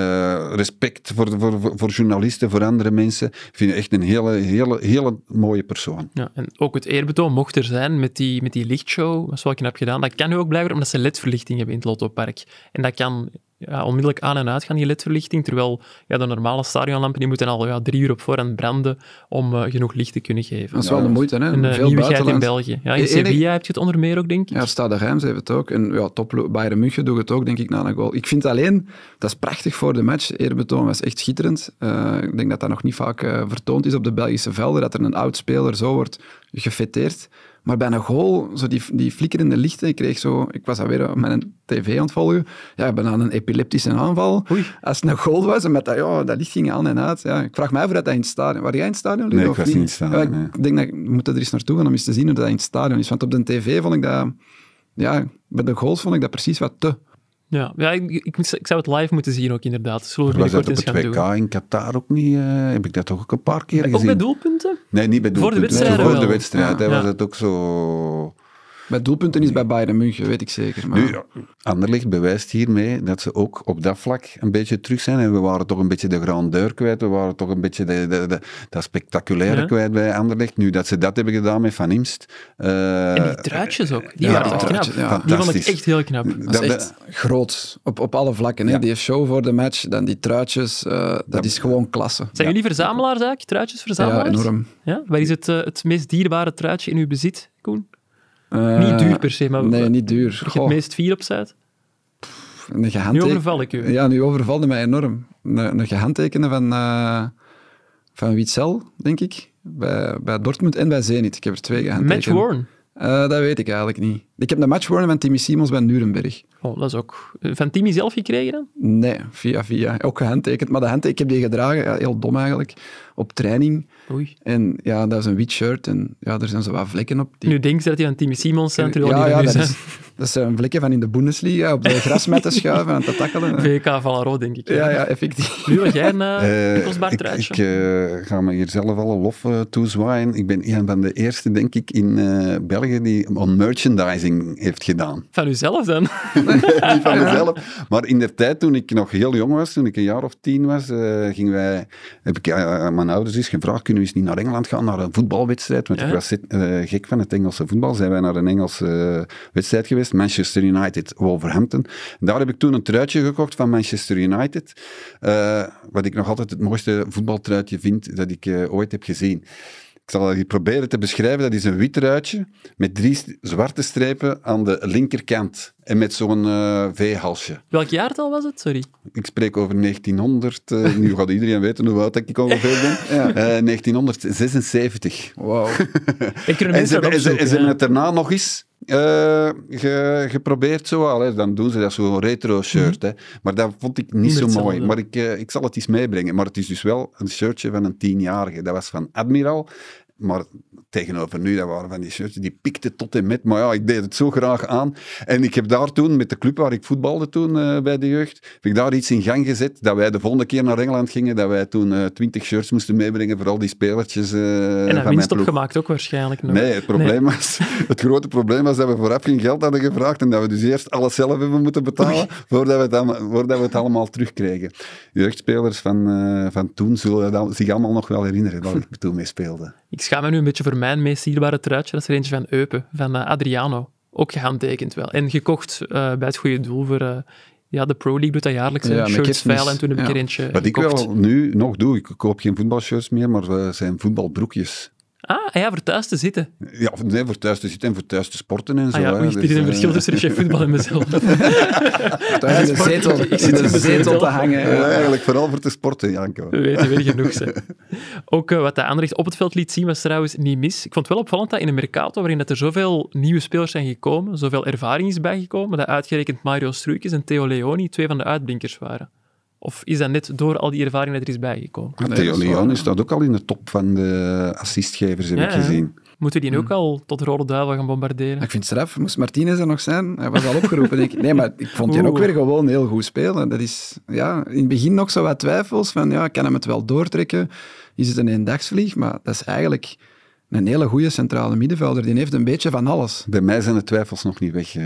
respect voor journalisten, voor andere mensen. Ik vind het echt een hele mooie persoon. Ja, en ook het eerbetoon mocht er zijn met die lichtshow, dat is wat ik heb gedaan. Dat kan nu ook blijven omdat ze ledverlichting hebben in het Lottopark. En dat kan onmiddellijk aan en uit gaan, die ledverlichting, terwijl de normale stadionlampen die moeten al 3 uur op voorhand branden om genoeg licht te kunnen geven. Dat is wel de moeite, hè? Een Veel nieuwigheid in België. Ja, in Sevilla heb je het onder meer ook, denk ik. Ja, Stade Reims heeft het ook. En topploeg Bayern München doet het ook, denk ik, na een goal. Ik vind alleen, dat is prachtig voor de match. Eerbetoon was echt schitterend. Ik denk dat dat nog niet vaak vertoond is op de Belgische velden, dat er een oud-speler zo wordt gefêteerd. Maar bij een goal, zo die flikkerende lichten, ik was alweer op mijn tv aan het volgen, bijna een epileptische aanval. Oei. Als het een goal was, en met dat licht ging aan en uit. Ja, ik vraag mij af of dat in het stadion... Waar jij in het stadion, Ludo, Nee, ik of was niet? niet in het stadion, nee. Ik denk dat we moeten er eens naartoe gaan om eens te zien hoe dat in het stadion is. Want op de tv vond ik dat... Ja, bij de goals vond ik dat precies wat te... Ja, ik zou het live moeten zien ook, inderdaad. Zullen we Was dat binnenkort op eens het gaan WK doen. in Qatar ook niet? Heb ik dat toch ook een paar keer gezien? Ook bij doelpunten? Nee, niet bij Voor de doelpunten. wedstrijden Voor de wel. wedstrijd Ja. was het ook zo... Bij doelpunten is bij Bayern München, weet ik zeker. Maar... Nu, Anderlecht bewijst hiermee dat ze ook op dat vlak een beetje terug zijn. En we waren toch een beetje de grandeur kwijt. We waren toch een beetje dat spectaculaire kwijt bij Anderlecht. Nu dat ze dat hebben gedaan met Van Imst. En die truitjes ook. Die waren toch knap. ja. Die vond ik echt heel knap. Dat is echt groot, op alle vlakken. Hè. Ja. Die show voor de match, dan die truitjes, dat is gewoon klasse. Zijn jullie verzamelaars eigenlijk? Truitjesverzamelaars? Ja, enorm. Ja? Waar is het meest dierbare truitje in uw bezit, Koen? Niet duur per se, maar nee, niet duur. waar je het Goh, meest fier op zit. een Nu gehandteken... overval ik u. Ja, nu overvalde mij enorm. Een gehandtekenen van Witzel, denk ik. Bij Dortmund en bij Zenit. Ik heb er 2 gehandtekend. Match worn. Dat weet ik eigenlijk niet. Ik heb de match worn van Timmy Simons bij Nuremberg. Oh, dat is ook... Van Timmy zelf gekregen dan? Nee, via. Ook gehandtekend. Maar de handteken, ik heb die gedragen, heel dom eigenlijk, op training. Oei. En ja, dat is een wit shirt en ja, er zijn zo wat vlekken op. Nu denk je dat die van Timmy Simons zijn, terwijl die van u dat zijn. dat zijn vlekken van in de Bundesliga, op de grasmatten schuiven en te tackelen. VK Valaro, denk ik. Ja, effectief. Nu had jij een kostbaar Ik truitje. ga me hier zelf alle lof toezwaaien. Ik ben een van de eerste, denk ik, in België die on merchandising heeft gedaan. Van uzelf dan? Niet van mezelf. Maar in de tijd, toen ik nog heel jong was, toen ik een jaar of 10 was, heb ik mijn ouders eens gevraagd, kunnen we eens niet naar Engeland gaan, naar een voetbalwedstrijd? Want ik was gek van het Engelse voetbal. Zijn wij naar een Engelse wedstrijd geweest, Manchester United, Wolverhampton. Daar heb ik toen een truitje gekocht van Manchester United. Wat ik nog altijd het mooiste voetbaltruitje vind dat ik ooit heb gezien. Ik zal het proberen te beschrijven. Dat is een wit truitje met 3 zwarte strepen aan de linkerkant. En met zo'n V-halsje. Welk jaartal was het? Sorry. Ik spreek over 1900. Nu gaat iedereen weten hoe oud ik ongeveer ben. 1976. Wauw. Ik kan er En mensen ze opzoeken. hebben het daarna nog eens geprobeerd. Zo, dan doen ze dat zo'n retro shirt. Hè. Maar dat vond ik niet zo hetzelfde. mooi. Maar ik zal het eens meebrengen. Maar het is dus wel een shirtje van een 10-jarige. Dat was van Admiral. Maar tegenover nu, dat waren van die shirtjes, die pikten tot en met. Maar ja, ik deed het zo graag aan. En ik heb daar toen, met de club waar ik voetbalde toen bij de jeugd, heb ik daar iets in gang gezet, dat wij de volgende keer naar Engeland gingen, dat wij toen 20 shirts moesten meebrengen voor al die spelertjes En van dat mijn winst ploeg. opgemaakt ook waarschijnlijk nog. Nee, het grote probleem was dat we vooraf geen geld hadden gevraagd en dat we dus eerst alles zelf hebben moeten betalen voordat we het allemaal terugkregen. Jeugdspelers van toen zullen zich allemaal nog wel herinneren dat ik toen mee speelde. Ik schaam me nu een beetje voor mijn meest dierbare truitje. Dat is er eentje van Eupen, van Adriano. Ook gehandtekend wel. En gekocht bij het goede doel voor... de Pro League doet dat jaarlijks. Ja, met shirts kerstmis. veilen en toen heb ik Ja. er eentje Wat ik gekocht. wel nu nog doe, ik koop geen voetbalshirts meer, maar zijn voetbalbroekjes. Ja, voor thuis te zitten. Ja, nee, voor thuis te zitten en voor thuis te sporten en zo. Ah ja, hè. oei, er is een verschil tussen chef voetbal en mezelf. Daar in de zetel, Ik zit in de zetel te hangen. Ja, Ja. eigenlijk vooral voor te sporten, Janko. We weten weer genoeg. Hè. Ook wat de Anderlecht op het veld liet zien was trouwens niet mis. Ik vond het wel opvallend dat in een Mercato, waarin dat er zoveel nieuwe spelers zijn gekomen, zoveel ervaring is bijgekomen, dat uitgerekend Mario Struikens en Theo Leoni 2 van de uitblinkers waren. Of is dat net door al die ervaring dat er is bijgekomen? Ja, Theo Leoni staat ook al in de top van de assistgevers, heb ik gezien. Moeten we die ook al tot Rode Duivel gaan bombarderen? Ik vind het straf. Moest Martinez er nog zijn? Hij was al opgeroepen, denk ik. Nee, maar ik vond die ook weer gewoon heel goed spelen. Dat is, ja, in het begin nog zo wat twijfels van, ja, kan hem het wel doortrekken? Is het een eendagsvlieg? Maar dat is eigenlijk een hele goede centrale middenvelder. Die heeft een beetje van alles. Bij mij zijn de twijfels nog niet weg.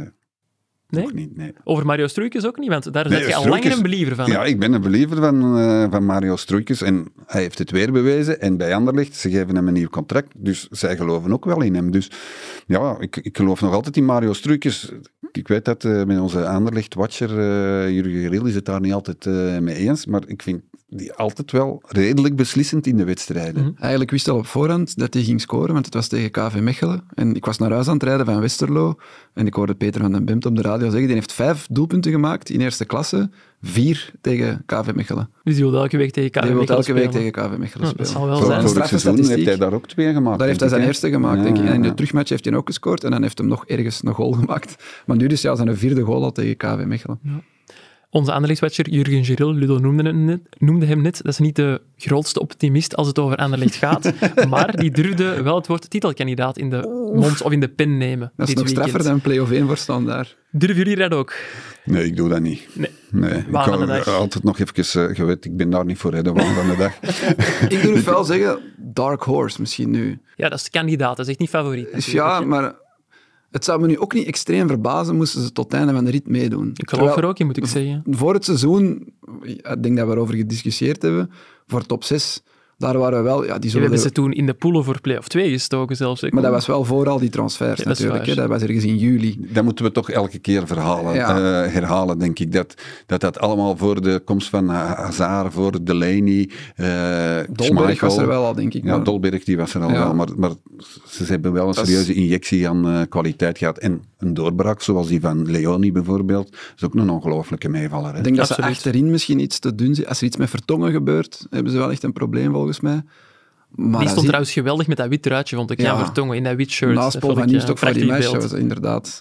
Nee? Nog niet, nee. Over Mario Stroeikens ook niet, want daar ben je al langer een believer van. Ja, ik ben een believer van Mario Stroeikens en hij heeft het weer bewezen. En bij Anderlecht, ze geven hem een nieuw contract, dus zij geloven ook wel in hem. Dus ja, ik geloof nog altijd in Mario Stroeikens. Ik weet dat met onze Anderlecht-watcher Jurgen Geril is het daar niet altijd mee eens, maar ik vind die altijd wel redelijk beslissend in de wedstrijden. Mm-hmm. Eigenlijk wist al op voorhand dat hij ging scoren, want het was tegen KV Mechelen. En ik was naar huis aan het rijden van Westerlo en ik hoorde Peter van den Bemt op de radio zeggen, die heeft 5 doelpunten gemaakt in eerste klasse, 4 tegen KV Mechelen. Dus die wil elke week tegen KV Mechelen Die wil elke week spelen. tegen KV Mechelen spelen. Dat zal wel Voor zijn. het seizoen heeft hij daar ook 2 gemaakt. Daar heeft hij zijn denk ik, eerste gemaakt, denk ik. Ja, En in de ja. terugmatch heeft hij ook gescoord en dan heeft hij nog ergens een goal gemaakt. Maar nu dus ja, zijn 4e goal al tegen KV Mechelen. Onze Anderlecht-watcher Jurgen Geril, Ludo noemde hem net, dat is niet de grootste optimist als het over Anderlecht gaat, maar die durfde wel het woord titelkandidaat in de mond of in de pen nemen. Dat is dit nog straffer weekend. dan play-off 1 voor Standaard. Durven jullie dat ook? Nee, ik doe dat niet. Nee. Ik Waan van de kan dag. altijd nog even... je weet, ik ben daar niet voor, hè, de waan van de dag. Ik durf wel zeggen, Dark Horse misschien nu. Ja, dat is de kandidaat, dat is echt niet favoriet. Dus natuurlijk, ja, hè. maar het zou me nu ook niet extreem verbazen moesten ze tot het einde van de rit meedoen. Ik geloof er ook in, moet ik zeggen. Voor het seizoen, ik denk dat we erover gediscussieerd hebben, voor top 6, daar waren we wel... Ja, die We zullen hebben ze toen in de poelen voor play-off 2 gestoken zelfs. Hè. maar dat was wel voor al die transfers Ja, dat is natuurlijk. waar. Hè. Dat was ergens in juli. Dat moeten we toch elke keer herhalen, denk ik. Dat allemaal voor de komst van Hazard, voor Delaney, Dolberg Schmeichel. was er wel al, denk ik. Ja, maar- Dolberg die was er al Ja. wel, maar ze hebben wel een Dat is- serieuze injectie aan kwaliteit gehad. En een doorbraak, zoals die van Leoni bijvoorbeeld, is ook een ongelooflijke meevaller. Hè? Ik denk dat ze Absoluut. achterin misschien iets te dun zijn. Als er iets met Vertongen gebeurt, hebben ze wel echt een probleem volgens mij. Maar Die als stond trouwens geweldig met dat wit truitje, vond ik. Ja. Jan Vertongen in dat wit shirt. naast Dat Paul vond van ik, Nieuwstok voor die prachtig match, beeld. was inderdaad...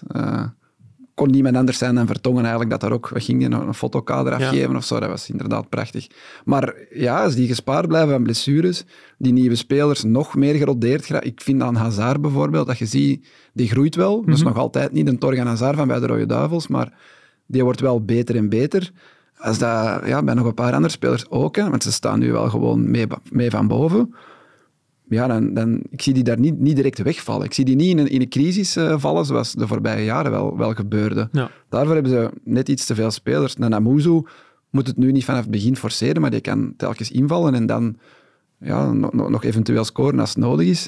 kon niemand anders zijn dan Vertongen eigenlijk, dat daar ook... Wat ging die nog, een fotokader afgeven of zo? Dat was inderdaad prachtig. Maar ja, als die gespaard blijven van blessures, die nieuwe spelers nog meer gerodeerd geraken. Ik vind aan Hazard bijvoorbeeld, dat je ziet, die groeit wel. Dat is nog altijd niet een Torgan Hazard van bij de Rode Duivels, maar die wordt wel beter en beter. Als dat, ja, bij nog een paar andere spelers ook, hè, want ze staan nu wel gewoon mee van boven. Ja, dan, ik zie die daar niet direct wegvallen. Ik zie die niet in een crisis vallen, zoals de voorbije jaren wel gebeurde. Ja. Daarvoor hebben ze net iets te veel spelers. Namuzu moet het nu niet vanaf het begin forceren, maar die kan telkens invallen en dan ja, nog eventueel scoren als het nodig is.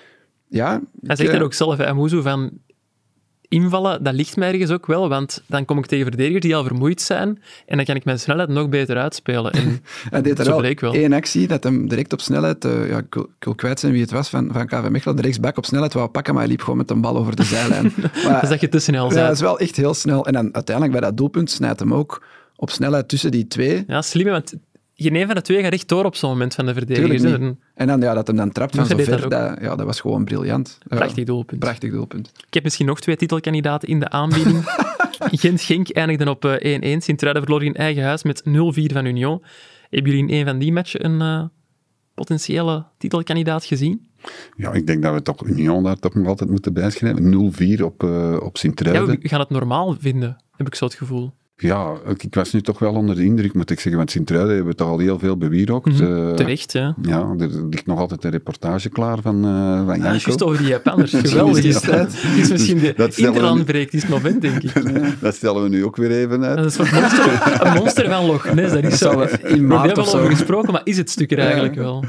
Ja, Hij zegt er ook zelf, Amuzu, van invallen, dat ligt mij ergens ook wel, want dan kom ik tegen verdedigers die al vermoeid zijn en dan kan ik mijn snelheid nog beter uitspelen. En hij deed er zo wel bleek wel. één actie, dat hem direct op snelheid, ik wil kwijt zijn wie het was, van KV Mechelen, de rechtsback op snelheid wou pakken, maar hij liep gewoon met een bal over de zijlijn. Maar, Dus dat je te snel ja, bent. dat is wel echt heel snel. En dan uiteindelijk bij dat doelpunt snijdt hem ook op snelheid tussen die twee. Ja, slim, hè, want geen een van de twee gaat rechtdoor op zo'n moment van de verdedigers. Tuurlijk hè. niet. En dan, ja, dat hem dan trapt van Maar hij zo deed ver, dat dat was gewoon briljant. Ja, Prachtig doelpunt. Prachtig doelpunt. Ik heb misschien nog 2 titelkandidaten in de aanbieding. Gent-Genk eindigde op 1-1. Sint-Truiden verloor in eigen huis met 0-4 van Union. Hebben jullie in een van die matchen een potentiële titelkandidaat gezien? Ja, ik denk dat we toch Union daar toch nog altijd moeten bijschrijven. 0-4 op Sint-Truiden. Ja, we gaan het normaal vinden, heb ik zo het gevoel. Ja, ik was nu toch wel onder de indruk, moet ik zeggen. Want Sint-Truiden hebben we toch al heel veel bewierookt. Terecht, ja. Ja, er ligt nog altijd een reportage klaar van Janko. Juist over die Japanners. Geweldig is dat. Het is misschien de Dat stellen we Interland nu- breekt, is het moment, denk ik. Dat stellen we nu ook weer even uit. Dat is een soort monster, een monster van Loch Ness. Dat is zo. Zal We in maart hebben of al over zo. gesproken, maar is het stuk er eigenlijk wel?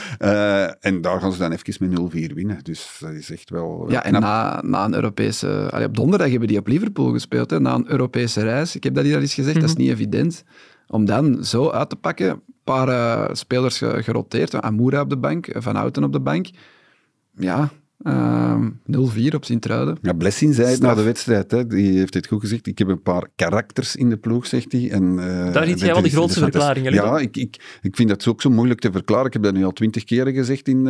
En daar gaan ze dan even met 0-4 winnen. Dus dat is echt wel Ja, en knap. na een Europese... op donderdag hebben die op Liverpool gespeeld, hè, na een Europese reis. Ik heb dat hier al eens gezegd, dat is niet evident. Om dan zo uit te pakken, een paar spelers geroteerd, Amoura op de bank, Van Houten op de bank. Ja, 0-4 op Sint-Truiden. Ja, Blessing zei het Straf. na de wedstrijd. Hè. Die heeft het goed gezegd. Ik heb een paar karakters in de ploeg, zegt hij. En, Daar ziet jij wel de grootste verklaring, hè, Ja, ik vind dat ook zo moeilijk te verklaren. Ik heb dat nu al 20 keren gezegd in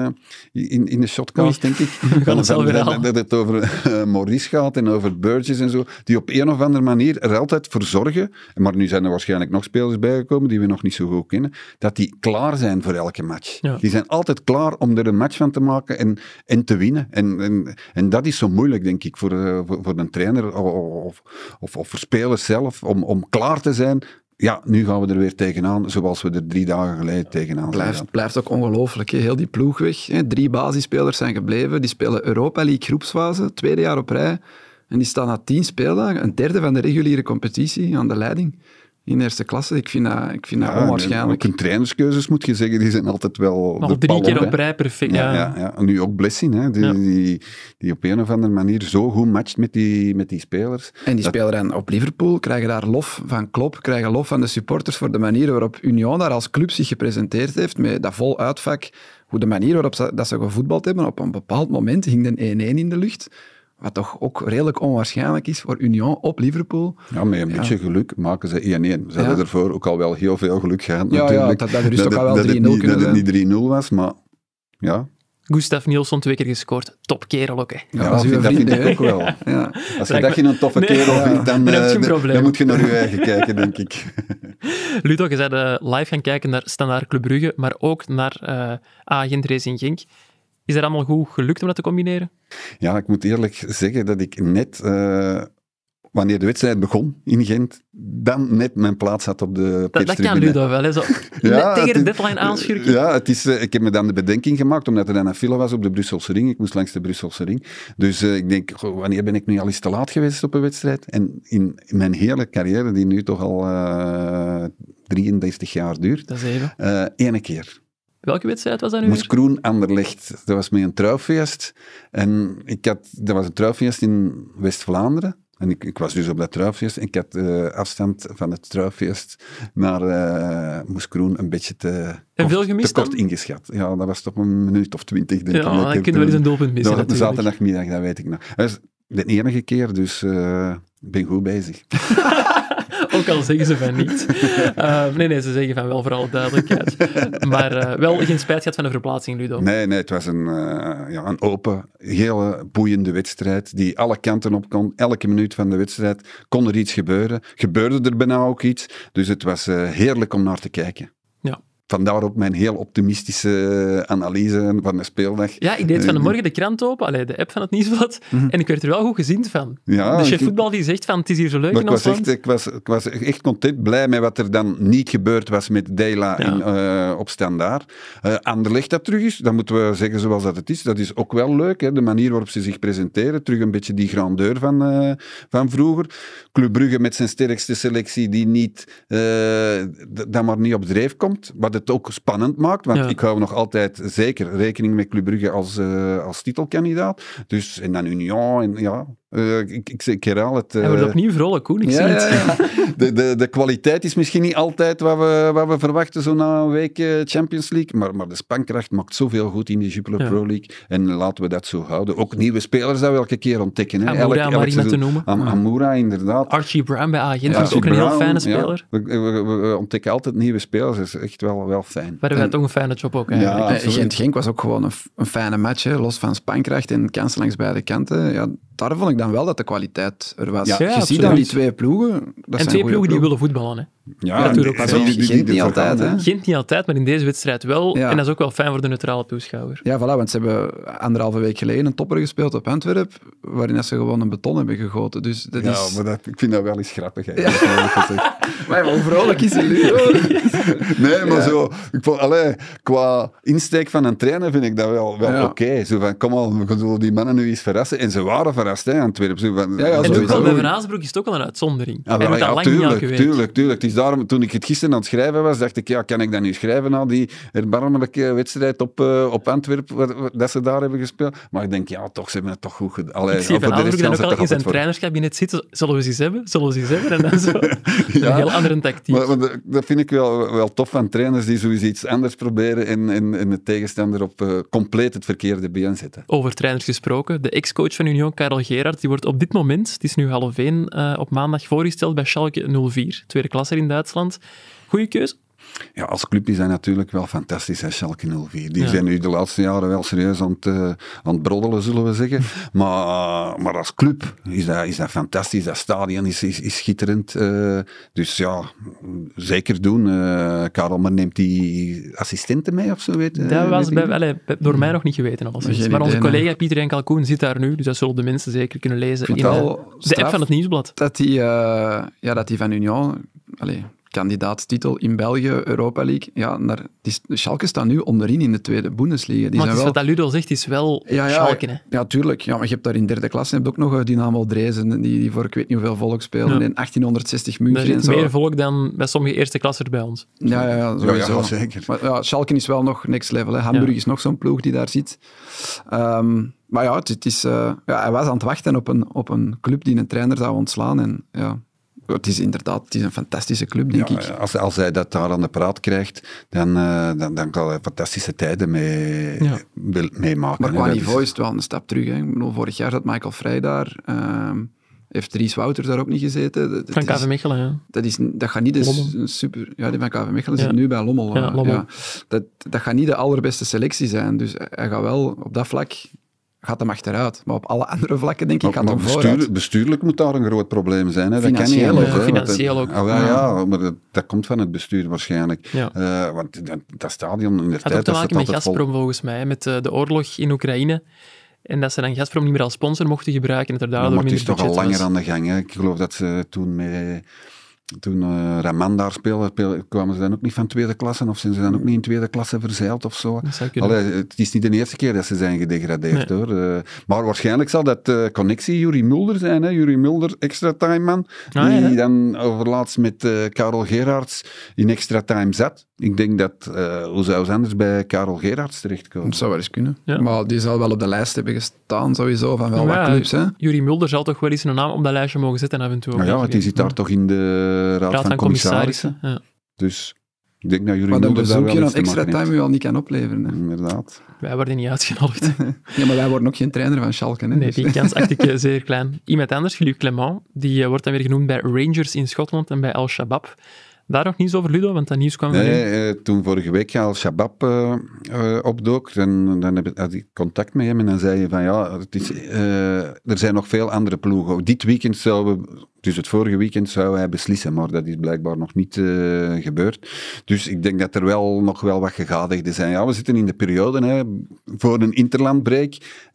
de shotcast, denk ik. We gaan het zelf weer halen. Dat het over Maurice gaat en over Burgess en zo. Die op een of andere manier er altijd voor zorgen, maar nu zijn er waarschijnlijk nog spelers bijgekomen die we nog niet zo goed kennen, dat die klaar zijn voor elke match. Ja. Die zijn altijd klaar om er een match van te maken en te winnen. En dat is zo moeilijk, denk ik, voor een trainer of voor spelers zelf, om klaar te zijn. Ja, nu gaan we er weer tegenaan, zoals we er 3 dagen geleden tegenaan zijn. Blijft ook ongelooflijk, hè? Heel die ploeg weg. Hè? 3 basisspelers zijn gebleven. Die spelen Europa League groepsfase, 2e jaar op rij. En die staan na 10 speeldagen, een derde van de reguliere competitie, aan de leiding. In eerste klasse. Ik vind dat onwaarschijnlijk. Ook in trainerskeuzes moet je zeggen, die zijn altijd wel... Al 3 keer op rij, perfect. Ja. En nu ook Blessing, hè, die op een of andere manier zo goed matcht met die spelers. En die spelen dan op Liverpool, krijgen daar lof van Klopp, krijgen lof van de supporters voor de manier waarop Union daar als club zich gepresenteerd heeft, met dat vol uitvak, hoe de manier waarop dat ze gevoetbald hebben. Op een bepaald moment hing de 1-1 in de lucht. Wat toch ook redelijk onwaarschijnlijk is voor Union op Liverpool. Ja, met een beetje geluk maken ze 1-1. Ze hadden ervoor ook al wel heel veel geluk gehad. Ja, natuurlijk. dat er dus ook al wel 3-0 kunnen zijn. Dat het niet 3-0 was, maar ja. Gustav Nilsson 2 keer gescoord. Topkerel ook, hè. Ja, dat vind ik ook wel. Ja. Als je dat geen toffe kerel vindt, dan moet je naar je eigen kijken, denk ik. Ludo, je zei live gaan kijken naar Standaard Club Brugge, maar ook naar A-Gent Racing Genk. Is dat allemaal goed gelukt om dat te combineren? Ja, ik moet eerlijk zeggen dat ik net, wanneer de wedstrijd begon in Gent, dan net mijn plaats had op de Dat kan Ludo wel, hè? Zo, net tegen de deadline aanschurken. Ja, ik heb me dan de bedenking gemaakt, omdat er dan een file was op de Brusselse ring. Ik moest langs de Brusselse ring. Dus ik denk, wanneer ben ik nu al eens te laat geweest op een wedstrijd? En in mijn hele carrière, die nu toch al 33 jaar duurt, Dat is even. 1 keer. Welke wedstrijd was dat nu Moes weer? Kroen Anderlecht. Dat was met een trouwfeest. En dat was een trouwfeest in West-Vlaanderen. En ik was dus op dat trouwfeest. En ik had afstand van het trouwfeest naar Moes Kroen een beetje te kort ingeschat. Ja, dat was toch een minuut of 20, denk ik. Ja, dan kunnen we wel eens een doelpunt missen. Dat was een zaterdagmiddag, dat weet ik nog. Dat is de enige keer, dus ik ben goed bezig. Ook al zeggen ze van niet. Nee, ze zeggen van wel, voor alle duidelijkheid. Maar wel geen spijt gehad van de verplaatsing, Ludo. Nee, het was een open, hele boeiende wedstrijd die alle kanten op kon. Elke minuut van de wedstrijd kon er iets gebeuren. Gebeurde er bijna ook iets. Dus het was heerlijk om naar te kijken. Ja. Vandaar ook mijn heel optimistische analyse van de speeldag. Ja, ik deed vanmorgen de krant open, de app van het Nieuwsblad, en ik werd er wel goed gezind van. Ja, de chef voetbal die zegt van, het is hier zo leuk in ons land. Ik was echt content, blij met wat er dan niet gebeurd was met Dela op Standaard. Anderlecht dat terug is, dan moeten we zeggen zoals dat het is. Dat is ook wel leuk, hè? De manier waarop ze zich presenteren. Terug een beetje die grandeur van vroeger. Club Brugge met zijn sterkste selectie die niet, dat maar niet op dreef komt. Wat het ook spannend maakt, want ik hou nog altijd zeker rekening met Club Brugge als titelkandidaat. Dus, en dan Union, en ja... Ik herhaal het. Hij wordt opnieuw vrolijk, Koen. Ik zie het. De kwaliteit is misschien niet altijd wat we verwachten zo na een week Champions League, maar de spankracht maakt zoveel goed in de Jupiler Pro League. En laten we dat zo houden. Ook nieuwe spelers dat we elke keer ontdekken. Amoura, Marina te noemen. Amoura, inderdaad. Archie Brown bij Agent is ook een heel fijne speler. We ontdekken altijd nieuwe spelers. Dat is echt wel fijn. Maar hebben wij toch een fijne job ook. Gent-Genk was ook gewoon een fijne match, hè, los van spankracht en kansen langs beide kanten. Ja, daar vond ik dan wel dat de kwaliteit er was. Je ziet dan die 2 ploegen. En 2 ploegen die willen voetballen. Hè. Ja, natuurlijk. Gent niet altijd. Hè? Gent niet altijd, maar in deze wedstrijd wel. Ja. En dat is ook wel fijn voor de neutrale toeschouwer. Ja, voilà, want ze hebben 1,5 week geleden een topper gespeeld op Antwerpen, waarin ze gewoon een beton hebben gegoten. Dus dat is... maar ik vind dat wel eens grappig. Maar hoe vrolijk is hij nu? Nee, maar zo... qua insteek van een trainer vind ik dat wel oké. Zo van, kom al, we zullen die mannen nu eens verrassen. En ze waren verrast, hè, Antwerpen. En ook al bij Van Azenbroek is het ook al een uitzondering. Hij moet al lang niet elke week. Tuurlijk. Het is daarom, toen ik het gisteren aan het schrijven was, dacht ik, ja, kan ik dat nu schrijven na die erbarmelijke wedstrijd op Antwerpen, dat ze daar hebben gespeeld? Maar ik denk, ja, toch, ze hebben het toch goed gedaan. Ik zie Van Averhoek dan ook al in zijn trainerskabinet zitten. Zullen we eens hebben? En dan zo een heel andere tactiek. Maar dat vind ik wel tof van trainers die sowieso iets anders proberen en de tegenstander op compleet het verkeerde been zetten. Over trainers gesproken. De ex-coach van Union, Karel Gerard, die wordt op dit moment, het is nu 12:30, op maandag voorgesteld bij Schalke 04, tweede klasse in Duitsland. Goeie keuze? Ja, als club is dat natuurlijk wel fantastisch, hè, Schalke 04. Die zijn nu de laatste jaren wel serieus aan het broddelen, zullen we zeggen. Maar als club is dat fantastisch. Dat stadion is schitterend. Dus ja, zeker doen. Karel, maar neemt die assistenten mee of zo? Dat was door mij nog niet geweten. Alleszins. Maar onze collega Pieter Jan Kalkoen zit daar nu, dus dat zullen de mensen zeker kunnen lezen in de app van het Nieuwsblad. Dat die van Union... kandidaatsitel in België, Europa League. Ja, Schalke staat nu onderin in de tweede Bundesliga. Maar het is wat Ludo zegt, is wel Schalke. Hè? Ja, tuurlijk. Ja, maar je hebt daar in derde klasse ook nog Dynamo Dresden, die voor ik weet niet hoeveel volk spelen. In 1860 München. Er zit meer volk dan bij sommige eerste klassers bij ons. Ja, sowieso. Ja, zeker. Maar Schalke is wel nog next level. Hè. Hamburg is nog zo'n ploeg die daar zit. Maar ja, het is, hij was aan het wachten op een club die een trainer zou ontslaan. En ja... Het is inderdaad een fantastische club, denk ik. Als hij dat daar aan de praat krijgt, dan kan hij fantastische tijden meemaken. Maar qua niveau is het wel een stap terug. Hè. Ik bedoel, vorig jaar zat Michael Vrij daar. Heeft Dries Wouters daar ook niet gezeten? Van KV Mechelen, ja. Dat gaat niet de super... Ja, die van KV Mechelen zit nu bij Lommel. Ja, Lommel. Ja. Dat gaat niet de allerbeste selectie zijn. Dus hij gaat wel op dat vlak... gaat hem achteruit. Maar op alle andere vlakken, denk ik, gaat hem vooruit. Bestuurlijk moet daar een groot probleem zijn. Hè. Financieel dat kan niet Financieel ook. Ja, maar dat komt van het bestuur waarschijnlijk. Ja. Want dat stadion in de tijd... Het had ook te maken met Gazprom, vol... volgens mij, met de oorlog in Oekraïne. En dat ze dan Gazprom niet meer als sponsor mochten gebruiken. En dat er daardoor maar het is toch al langer was. aan de gang. Hè. Ik geloof dat ze toen Raman daar speelde, kwamen ze dan ook niet van tweede klasse, of zijn ze dan ook niet in tweede klasse verzeild of zo. Het is niet de eerste keer dat ze zijn gedegradeerd, hoor. Maar waarschijnlijk zal dat connectie Juri Mulder zijn, hè. Juri Mulder, extra time man, die dan overlaatst met Karel Gerards in extra time zat. Ik denk dat, hoe zou ze anders bij Karel Gerards terechtkomen? Dat zou wel eens kunnen. Ja. Maar die zal wel op de lijst hebben gestaan, sowieso, van wel wat clubs. Hè? Juri Mulder zal toch wel eens een naam op dat lijstje mogen zetten af en toe. Ja, want die zit daar toch in de raad van commissarissen. Ja. Dus ik denk dat Juri Mulder daar wel een bezoekje aan extra time u al niet kan opleveren. Hè? Inderdaad. Wij worden niet uitgenodigd. Ja, maar wij worden ook geen trainer van Schalke. Hè? Nee, die kans acht ik zeer klein. Iemand anders, Philippe Clement, die wordt dan weer genoemd bij Rangers in Schotland en bij Al-Shabaab. Daar nog niets over, Ludo, want dat nieuws kwam van u. Toen vorige week Al-Shabaab opdook, dan had ik contact met hem en dan zei je van ja, er zijn nog veel andere ploegen. Dit weekend dus het vorige weekend zou hij beslissen, maar dat is blijkbaar nog niet gebeurd. Dus ik denk dat er nog wel wat gegadigden zijn. Ja, we zitten in de periode voor een interlandbreak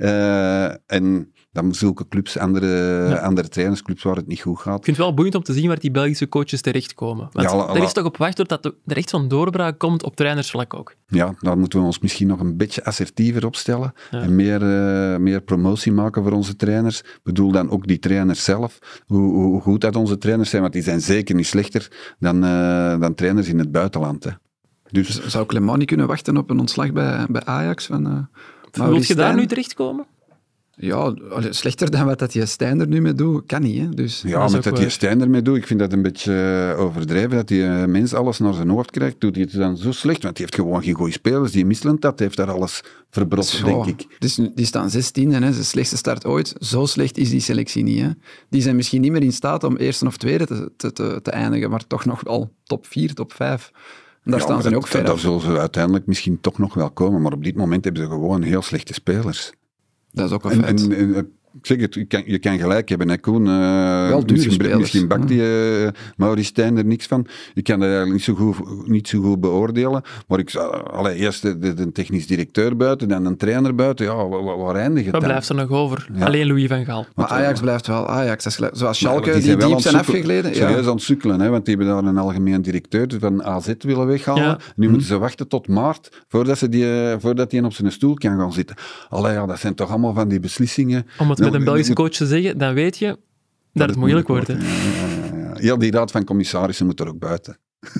en dan zulke clubs, andere trainersclubs waar het niet goed gaat. Ik vind het wel boeiend om te zien waar die Belgische coaches terechtkomen. Want er is toch op wacht dat er echt zo'n doorbraak komt op trainersvlak ook. Ja, daar moeten we ons misschien nog een beetje assertiever opstellen en meer promotie maken voor onze trainers. Ik bedoel dan ook die trainers zelf, hoe goed dat onze trainers zijn, want die zijn zeker niet slechter dan trainers in het buitenland. Hè. Dus zou Clement niet kunnen wachten op een ontslag bij Ajax? Wil je daar nu terechtkomen? Ja, slechter dan wat die Stijn er nu mee doet, kan niet. Hè? Dus, ja, met dat die Stijn ermee doet, ik vind dat een beetje overdreven, dat die mens alles naar zijn hoofd krijgt, doet hij het dan zo slecht, want die heeft gewoon geen goede spelers, die Misland dat heeft daar alles verbroken, denk ik. Dus die staan 16e, hè, de slechtste start ooit. Zo slecht is die selectie niet. Hè? Die zijn misschien niet meer in staat om eerste of tweede te eindigen, maar toch nog wel top 4, top 5. En daar staan ze ook ver. Daar zullen ze uiteindelijk misschien toch nog wel komen, maar op dit moment hebben ze gewoon heel slechte spelers. Dat is ook een feit. Ik zeg het, je kan gelijk hebben, hè, Koen. Wel dure spelers. Misschien bakt die Maurice Stijn er niks van. Ik kan dat eigenlijk niet zo goed beoordelen. Maar eerst de technisch directeur buiten, dan een trainer buiten. Ja, waar eindigt het dan? Wat blijft er nog over? Ja. Alleen Louis van Gaal. Maar Ajax blijft wel Ajax. Zoals Schalke, die diep zijn afgegleden. Serieus aan het sukkelen, hè, want die hebben daar een algemeen directeur van AZ willen weghalen. Ja. Nu moeten ze wachten tot maart, voordat hij op zijn stoel kan gaan zitten. Dat zijn toch allemaal van die beslissingen. Om het met een Belgische coach te zeggen, dan weet je dat het moeilijk wordt. Hè. Heel die raad van commissarissen moet er ook buiten.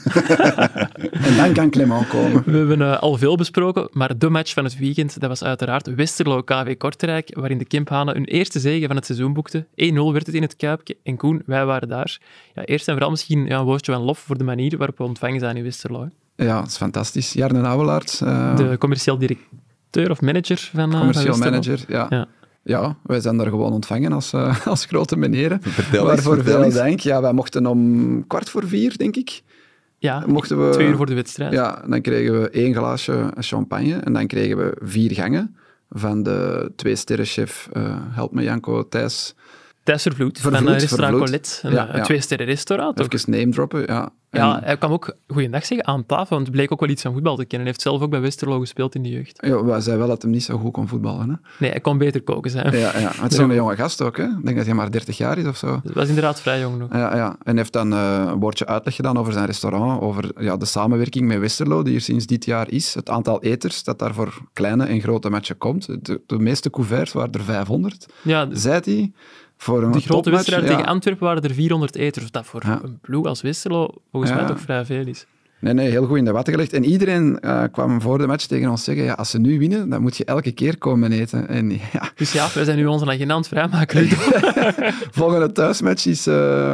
En dan kan Clement komen. We hebben al veel besproken, maar de match van het weekend, dat was uiteraard Westerlo KV Kortrijk, waarin de Kemphanen hun eerste zege van het seizoen boekten. 1-0 werd het in het Kuipje. En Koen, wij waren daar. Ja, eerst en vooral misschien een woordje van lof voor de manier waarop we ontvangen zijn in Westerlo. Hè. Ja, dat is fantastisch. Jarne Ouwelaert. De commercieel directeur of manager van commercieel van manager, ja. Ja, wij zijn daar gewoon ontvangen als grote meneren. Vertel veel eens. dank. Ja, wij mochten om 3:15, denk ik. Ja, Mochten we, 2 uur voor de wedstrijd. Ja, dan kregen we 1 glaasje champagne en dan kregen we 4 gangen van de 2-sterrenchef, help me Janko, Thijs Vervloed, van restaurant Vervloed. Colette, een Ja. 2-sterren restaurant. ook. Even name droppen, ja. Ja, hij kwam ook goeiedag zeggen aan tafel, want het bleek ook wel iets van voetbal te kennen. Hij heeft zelf ook bij Westerlo gespeeld in de jeugd. Ja, wij zeiden wel dat hij niet zo goed kon voetballen. Hè? Nee, hij kon beter koken zijn. Ja, het is zo'n jonge gast ook. Hè? Ik denk dat hij maar 30 jaar is of zo. Dat was inderdaad vrij jong nog. Ja. En hij heeft dan een woordje uitleg gedaan over zijn restaurant, over de samenwerking met Westerlo, die er sinds dit jaar is. Het aantal eters dat daar voor kleine en grote matchen komt. De meeste couverts waren er 500, Ja, zei hij. Voor een de grote topmatch, wedstrijd tegen Antwerpen waren er 400 eters. Of dat voor een ploeg als Westerlo volgens mij toch vrij veel is. Nee, heel goed in de watten gelegd. En iedereen kwam voor de match tegen ons zeggen, ja, als ze nu winnen, dan moet je elke keer komen eten. En, ja. Dus ja, wij zijn nu onze agenda aan het vrijmaken. Volgende thuismatch is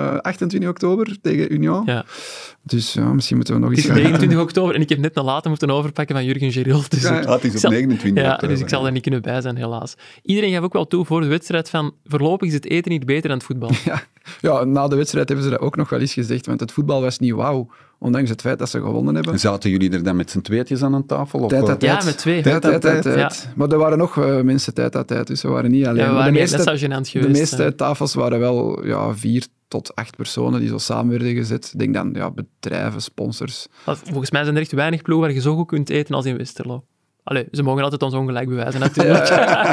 28 oktober tegen Union. Ja. Dus ja, misschien moeten we nog Het iets is 29 oktober en ik heb net een late moeten overpakken van Jurgen Geril. Dus Het is op 29 ja, oktober. dus ik zal er niet kunnen bij zijn, helaas. Iedereen gaf ook wel toe voor de wedstrijd van voorlopig is het eten niet beter dan het voetbal. Ja, na de wedstrijd hebben ze dat ook nog wel eens gezegd, want het voetbal was niet wauw, ondanks het feit dat ze gewonnen hebben. En zaten jullie er dan met z'n tweetjes aan een tafel? Of, Ja, met 2. Tijd. Ja. Maar er waren nog mensen tijd, dus we waren niet alleen. Ja, we Maar waren niet net zo gênant geweest. de meeste tafels waren wel 4 tot 8 personen die zo samen werden gezet. Ik denk dan bedrijven, sponsors. Volgens mij zijn er echt weinig ploegen waar je zo goed kunt eten als in Westerlo. Allee, ze mogen altijd ons ongelijk bewijzen, natuurlijk.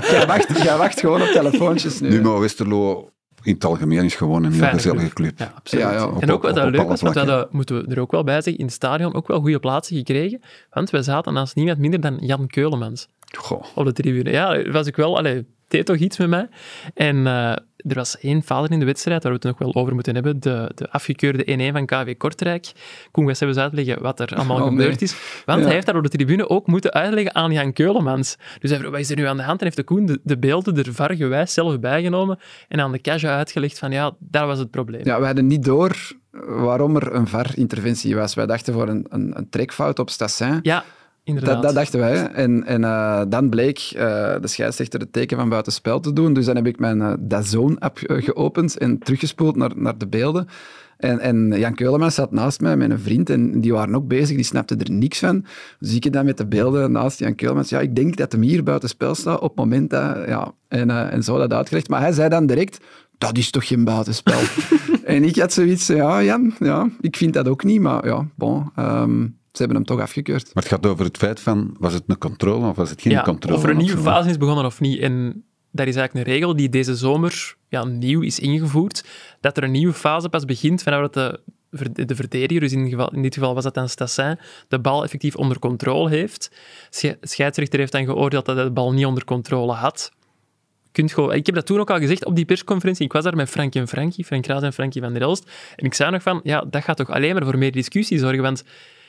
Jij wacht gewoon op telefoontjes nu. Nu, maar Westerlo in het algemeen is gewoon een heel Fijne gezellige club. Ja, absoluut. Ja, En ook wat dat leuk alle was, want we vlakken. hadden, moeten we er ook wel bij zeggen, in het stadion ook wel goede plaatsen gekregen, want wij zaten naast niemand minder dan Jan Keulemans Goh. op de tribune. Ja, dat was ik wel... Allee, het deed toch iets met mij. En er was één vader in de wedstrijd, waar we het nog wel over moeten hebben, de afgekeurde 1-1 van KV Kortrijk. Koen gaat eens uitleggen wat er allemaal gebeurd is. Want hij heeft daar op de tribune ook moeten uitleggen aan Jan Keulemans. Dus hij vroeg, wat is er nu aan de hand? En heeft de Koen de beelden er vargewijs zelf bijgenomen en aan de Kaja uitgelegd van, ja, daar was het probleem. Ja, we hadden niet door waarom er een VAR-interventie was. Wij dachten voor een trekfout op Stassin. Ja, inderdaad. Dat dachten wij. En dan bleek de scheidsrechter het teken van buitenspel te doen. Dus dan heb ik mijn DAZN-app geopend en teruggespoeld naar de beelden. En Jan Keulemans zat naast mij met een vriend en die waren ook bezig, die snapten er niks van. Dus ik dan met de beelden naast Jan Keulemans, ja, ik denk dat hem hier buitenspel staat op het moment dat... Ja, en zo dat uitgelegd. Maar hij zei dan direct, dat is toch geen buitenspel? En ik had zoiets, ja, Jan, ja, ik vind dat ook niet, maar ja, bon... Ze hebben hem toch afgekeurd. Maar het gaat over het feit van, was het een controle of was het geen controle? Of er een nieuwe of zo? fase is begonnen of niet. En dat is eigenlijk een regel die deze zomer nieuw is ingevoerd, dat er een nieuwe fase pas begint vanaf dat de verdediger, dus in dit geval was dat dan Stassin, de bal effectief onder controle heeft. De scheidsrechter heeft dan geoordeeld dat hij de bal niet onder controle had. Ik heb dat toen ook al gezegd op die persconferentie. Ik was daar met Frank Raas en Frankie van der Elst. En ik zei nog van, ja, dat gaat toch alleen maar voor meer discussie zorgen, want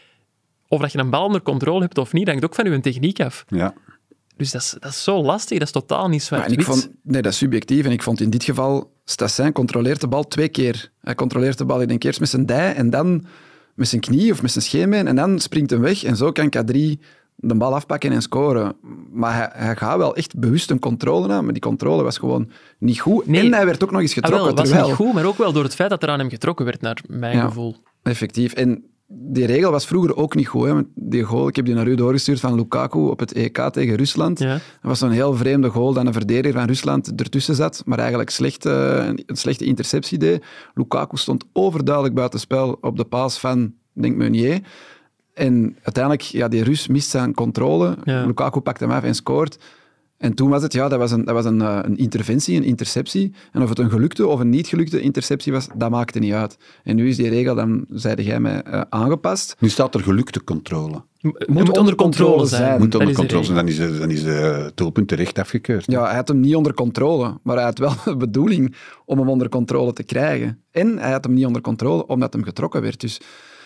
of dat je een bal onder controle hebt of niet, dat hangt ook van je techniek af. Ja. Dus dat is zo lastig, dat is totaal niet zwart-wit. Nee, dat is subjectief. En ik vond in dit geval, Stassin controleert de bal 2 keer. Hij controleert de bal, ik denk eerst met zijn dij en dan met zijn knie of met zijn scheenbeen en dan springt hij weg en zo kan K3 de bal afpakken en scoren. Maar hij gaat wel echt bewust een controle aan, maar die controle was gewoon niet goed. Nee. En hij werd ook nog eens getrokken. Het was niet goed, maar ook wel door het feit dat er aan hem getrokken werd, naar mijn gevoel. Effectief. En die regel was vroeger ook niet goed. Hè? Die goal, ik heb die naar u doorgestuurd van Lukaku op het EK tegen Rusland. Ja. Dat was zo'n heel vreemde goal dat een verdediger van Rusland ertussen zat, maar eigenlijk een slechte interceptie deed. Lukaku stond overduidelijk buitenspel op de paas van, denk Meunier. En uiteindelijk, die Rus mist zijn controle. Ja. Lukaku pakt hem af en scoort. En toen was het, dat was een interventie, een interceptie. En of het een gelukte of een niet gelukte interceptie was, dat maakte niet uit. En nu is die regel, dan zeide jij mij, aangepast. Nu staat er gelukte controle. Moet onder controle zijn. Moet Dat onder is de controle regel. zijn, dan is de doelpunt terecht afgekeurd. Ja, hij had hem niet onder controle, maar hij had wel de bedoeling om hem onder controle te krijgen. En hij had hem niet onder controle omdat hem getrokken werd. Dus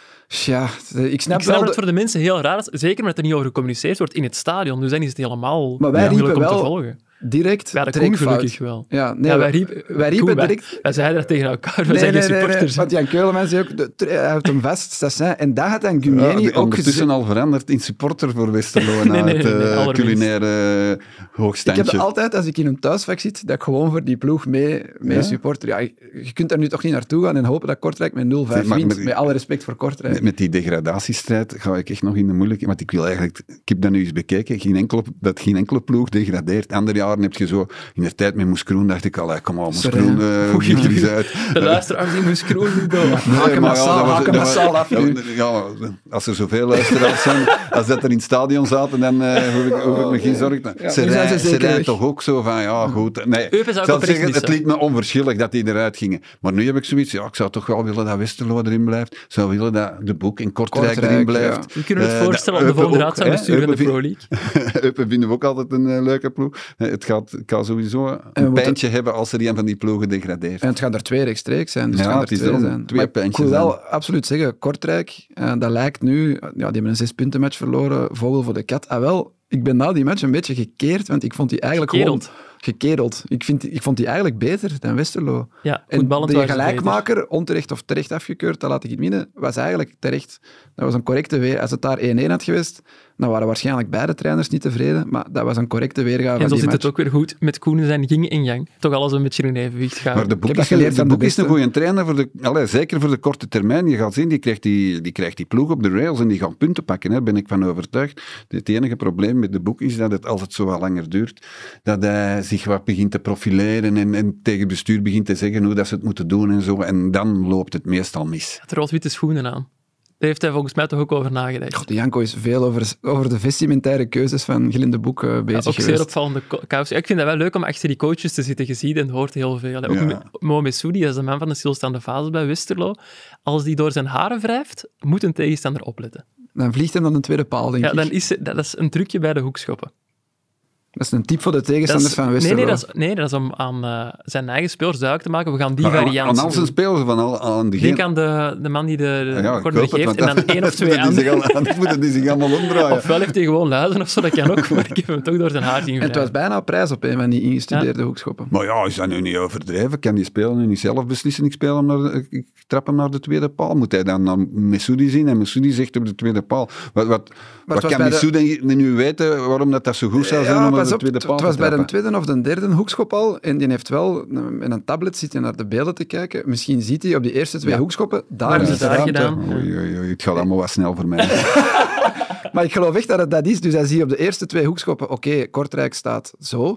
ja, ik snap Ik snap wel... het voor de mensen heel raar is, zeker omdat er niet over gecommuniceerd wordt in het stadion. Dus dan is het helemaal Maar wij moeilijk riepen om te wel volgen. direct Ja, dat kon trekfout. gelukkig wel. Ja, nee, Ja, wij riepen Koen, direct... Wij zeiden dat tegen elkaar, wij zijn geen supporters. Want Jan Keulemans zei ook, hij houdt hem vast, dat zijn. En dat had dan Ja, Gumeni die ook ondertussen gezegd. al veranderd in supporter voor Westerlo na Nee, het allerminst. culinaire Ik hoogstandje. heb altijd, als ik in een thuisvak zit, dat ik gewoon voor die ploeg mee Ja? supporter. Ja, je kunt daar nu toch niet naartoe gaan en hopen dat Kortrijk met 0-5 Nee, maar wint. met- Met alle respect voor Kortrijk. Met die degradatiestrijd ga ik echt nog in de moeilijke... Want ik wil eigenlijk... Ik heb dat nu eens bekeken. Geen enkele ploeg degradeert. Andere jaren heb je zo... In de tijd met Moes Kroen dacht ik al, kom op, Moes Sorry, Kroen, hè. vlieg er eens uit. De luisteraars die moest Kroen niet doen. Haken massaal, haken massaal af nu. Ja, als er zoveel luisteraars zijn, als dat er in het stadion zaten, dan hoef ik me geen zorgen te maken. Ja, nu zijn ze zeker rijden weg. toch ook zo van, ja goed. Nee, Eupen zou ik zal oprecht zeggen, het missen. liet me onverschillig dat die eruit gingen. Maar nu heb ik zoiets, ik zou toch wel willen dat Westerlo erin blijft. Ik zou willen dat de Boek in Kortrijk erin blijft. We kunnen het voorstellen dat om de volgende Eupen raad ook, zou besturen van de Eupen Pro League. Eupen vinden we ook altijd een leuke ploeg. Het gaat sowieso we een moeten- pijntje hebben als er een van die ploegen degradeert. En het gaan er 2 rechtstreeks zijn, dus Ja, het gaan het er is 2 daarom zijn. 2 Maar ik pijntjes wil wel zijn. absoluut zeggen, Kortrijk, dat lijkt nu... Ja, die hebben een 6-punten-match verloren, vogel voor de kat. Ah wel, ik ben na die match een beetje gekeerd, want ik vond die eigenlijk Gekereld. gewoon... Gekereld. Ik vond die eigenlijk beter dan Westerlo. Ja, En voetballend de waren ze gelijkmaker, onterecht of terecht afgekeurd, dat laat ik het midden, was eigenlijk terecht. Dat was een correcte weer. Als het daar 1-1 had geweest, dan waren waarschijnlijk beide trainers niet tevreden, maar dat was een correcte weergave En van zo die zit match. het ook weer goed met Koen en zijn yin en yang. Toch alles een beetje in evenwicht gaan. Maar de Boek heb dat is, geleerd de van de Boek is een beste. goede trainer, zeker voor de korte termijn. Je gaat zien, die krijgt die ploeg op de rails en die gaan punten pakken. Daar ben ik van overtuigd. Het enige probleem met de Boek is dat het, als het zo wat langer duurt, dat hij zich wat begint te profileren en tegen het bestuur begint te zeggen hoe dat ze het moeten doen en zo. En dan loopt het meestal mis. Het rood-witte schoenen aan. Daar heeft hij volgens mij toch ook over nagedacht. God, Janko is veel over de vestimentaire keuzes van Glinde Boek bezig Ook zeer geweest. opvallende kous. Ja, ik vind dat wel leuk om achter die coaches te zitten. Je ziet en hoort heel veel. Ook Ja. Mo Messoudi, dat is de man van de stilstaande fase bij Westerlo. Als die door zijn haren wrijft, moet een tegenstander opletten. Dan vliegt hem dan een tweede paal, denk Ja, ik. dan dat is een trucje bij de hoekschoppen. Dat is een tip voor de tegenstanders van Westerlo. dat is om aan zijn eigen spelers duidelijk te maken. We gaan die Maar variant aan al zijn doen. spelers, aan Denk degene... aan de man die de Ja, ik corner hoop het, geeft want en dan één of twee anderen. Anders moeten die zich allemaal omdraaien. Ofwel heeft hij gewoon luizen of zo, dat kan ook. Maar ik heb hem toch door zijn haar zien En het was wrijven. bijna op prijs op een van die ingestudeerde hoekschoppen. Maar ja, is dat nu niet overdreven? Kan die speler nu niet zelf beslissen? Ik trap hem naar de tweede paal. Moet hij dan naar Messoudi zien? En Messoudi zegt op de tweede paal. Wat was kan bij de- Messoudi nu weten waarom dat zo goed zou zijn om naar pas de op, tweede paal het te was bij de trappen? tweede of de derde hoekschop al. En die heeft wel met een tablet zitten naar de beelden te kijken. Misschien ziet hij op die eerste 2 hoekschoppen, daar Hebben is ze de daar ruimte. gedaan? Oei, het gaat allemaal wat snel voor mij. Maar ik geloof echt dat het dat is. Dus hij ziet op de eerste 2 hoekschoppen, oké, Kortrijk staat zo.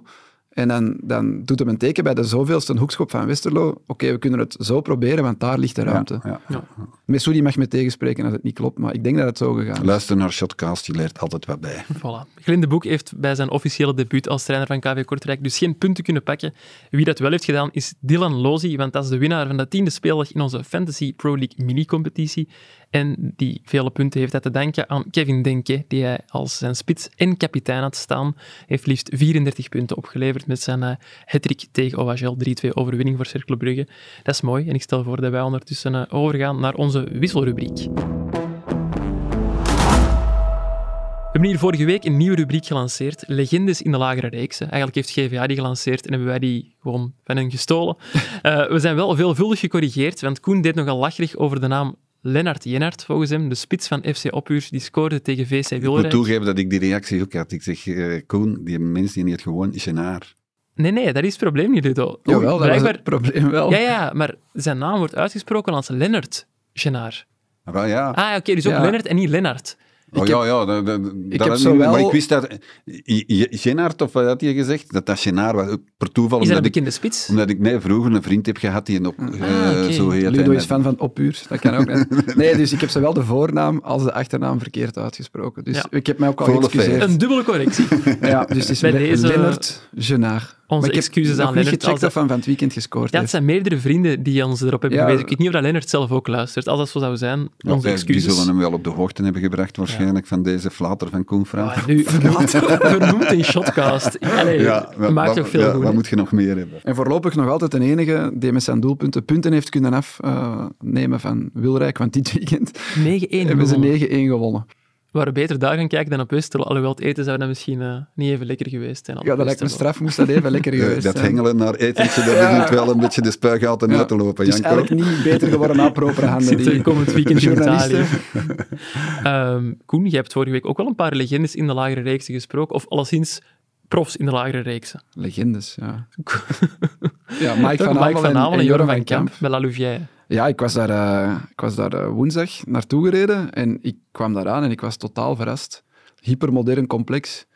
En dan doet hem een teken bij de zoveelste hoekschop van Westerlo. Oké, we kunnen het zo proberen, want daar ligt de ruimte. Ja. Messoudi mag me tegenspreken als het niet klopt, maar ik denk dat het zo gegaan is. Luister naar Shotcast, je leert altijd wat bij. Voilà. Glinde Boek heeft bij zijn officiële debuut als trainer van KV Kortrijk dus geen punten kunnen pakken. Wie dat wel heeft gedaan is Dylan Lozi, want dat is de winnaar van de 10e speeldag in onze Fantasy Pro League mini-competitie. En die vele punten heeft hij te danken aan Kevin Denke, die hij als zijn spits en kapitein had staan. Heeft liefst 34 punten opgeleverd met zijn hat-trick tegen OHL, 3-2 overwinning voor Cercle Brugge. Dat is mooi en ik stel voor dat wij ondertussen overgaan naar onze wisselrubriek. We hebben hier vorige week een nieuwe rubriek gelanceerd, Legendes in de lagere reeks. Eigenlijk heeft GVA die gelanceerd en hebben wij die gewoon van hen gestolen. We zijn wel veelvuldig gecorrigeerd, want Koen deed nogal lacherig over de naam Lennart Jennaert, volgens hem, de spits van FC Ophuurs, die scoorde tegen VC Ik moet Wilrijk. toegeven dat ik die reactie ook had. Ik zeg, Koen, die mens die niet gewoon is een haar. Nee, dat is het probleem niet, Ludo. Jawel, dat was Blijkbaar- het probleem wel. Ja, maar zijn naam wordt uitgesproken als Lennart Jennaert. Maar wel, ja. Ah, oké, dus ook Ja. Lennart en niet Lennart. Maar ik wist dat... Genaert, of wat had je gezegd? Dat Genaert was per toeval... Is dat een bekende spits? Omdat ik vroeger een vriend heb gehad die zo heet. Ludo is fan van Oppuur, dat kan ook. Nee, dus ik heb zowel de voornaam als de achternaam verkeerd uitgesproken. Dus ik heb mij ook al geëxcuseerd. Een dubbele correctie. Ja, dus het is Lennart Genaert. Onze excuses aan Lennart. Ik heb nog niet gecheckt of van het weekend gescoord het zijn meerdere vrienden die ons erop hebben gewezen. Ik weet niet of dat Lennart zelf ook luistert. Als dat zo zou zijn, onze excuses. Die zullen hem wel op de hoogte hebben gebracht, waarschijnlijk, van deze flater van Koen Frank. Nu, vernoemd in Shotcast. Maakt toch veel goed. Wat moet je nog meer hebben? En voorlopig nog altijd de enige die met zijn doelpunten punten heeft kunnen afnemen van Wilrijk, want dit weekend 9-1 hebben ze 9-1 gewonnen. We waren beter daar gaan kijken dan op Westerlo, alhoewel het eten zou dan misschien niet even lekker geweest zijn. Ja, dat lijkt me straf, moest dat even lekker geweest zijn. Dat hengelen naar etentje, dat begint wel een beetje de spuigaten uit te lopen, Janko. Het is eigenlijk niet beter geworden na propere handen. Zit komend weekend in Italië. Koen, jij hebt vorige week ook wel een paar legendes in de lagere reeksen gesproken, of alleszins profs in de lagere reeksen. Legendes, ja. Mike van Amel en Joram van Kamp. Bij La Louvière. Ja, ik was daar woensdag naartoe gereden en ik kwam daar aan en ik was totaal verrast. Hypermodern complex.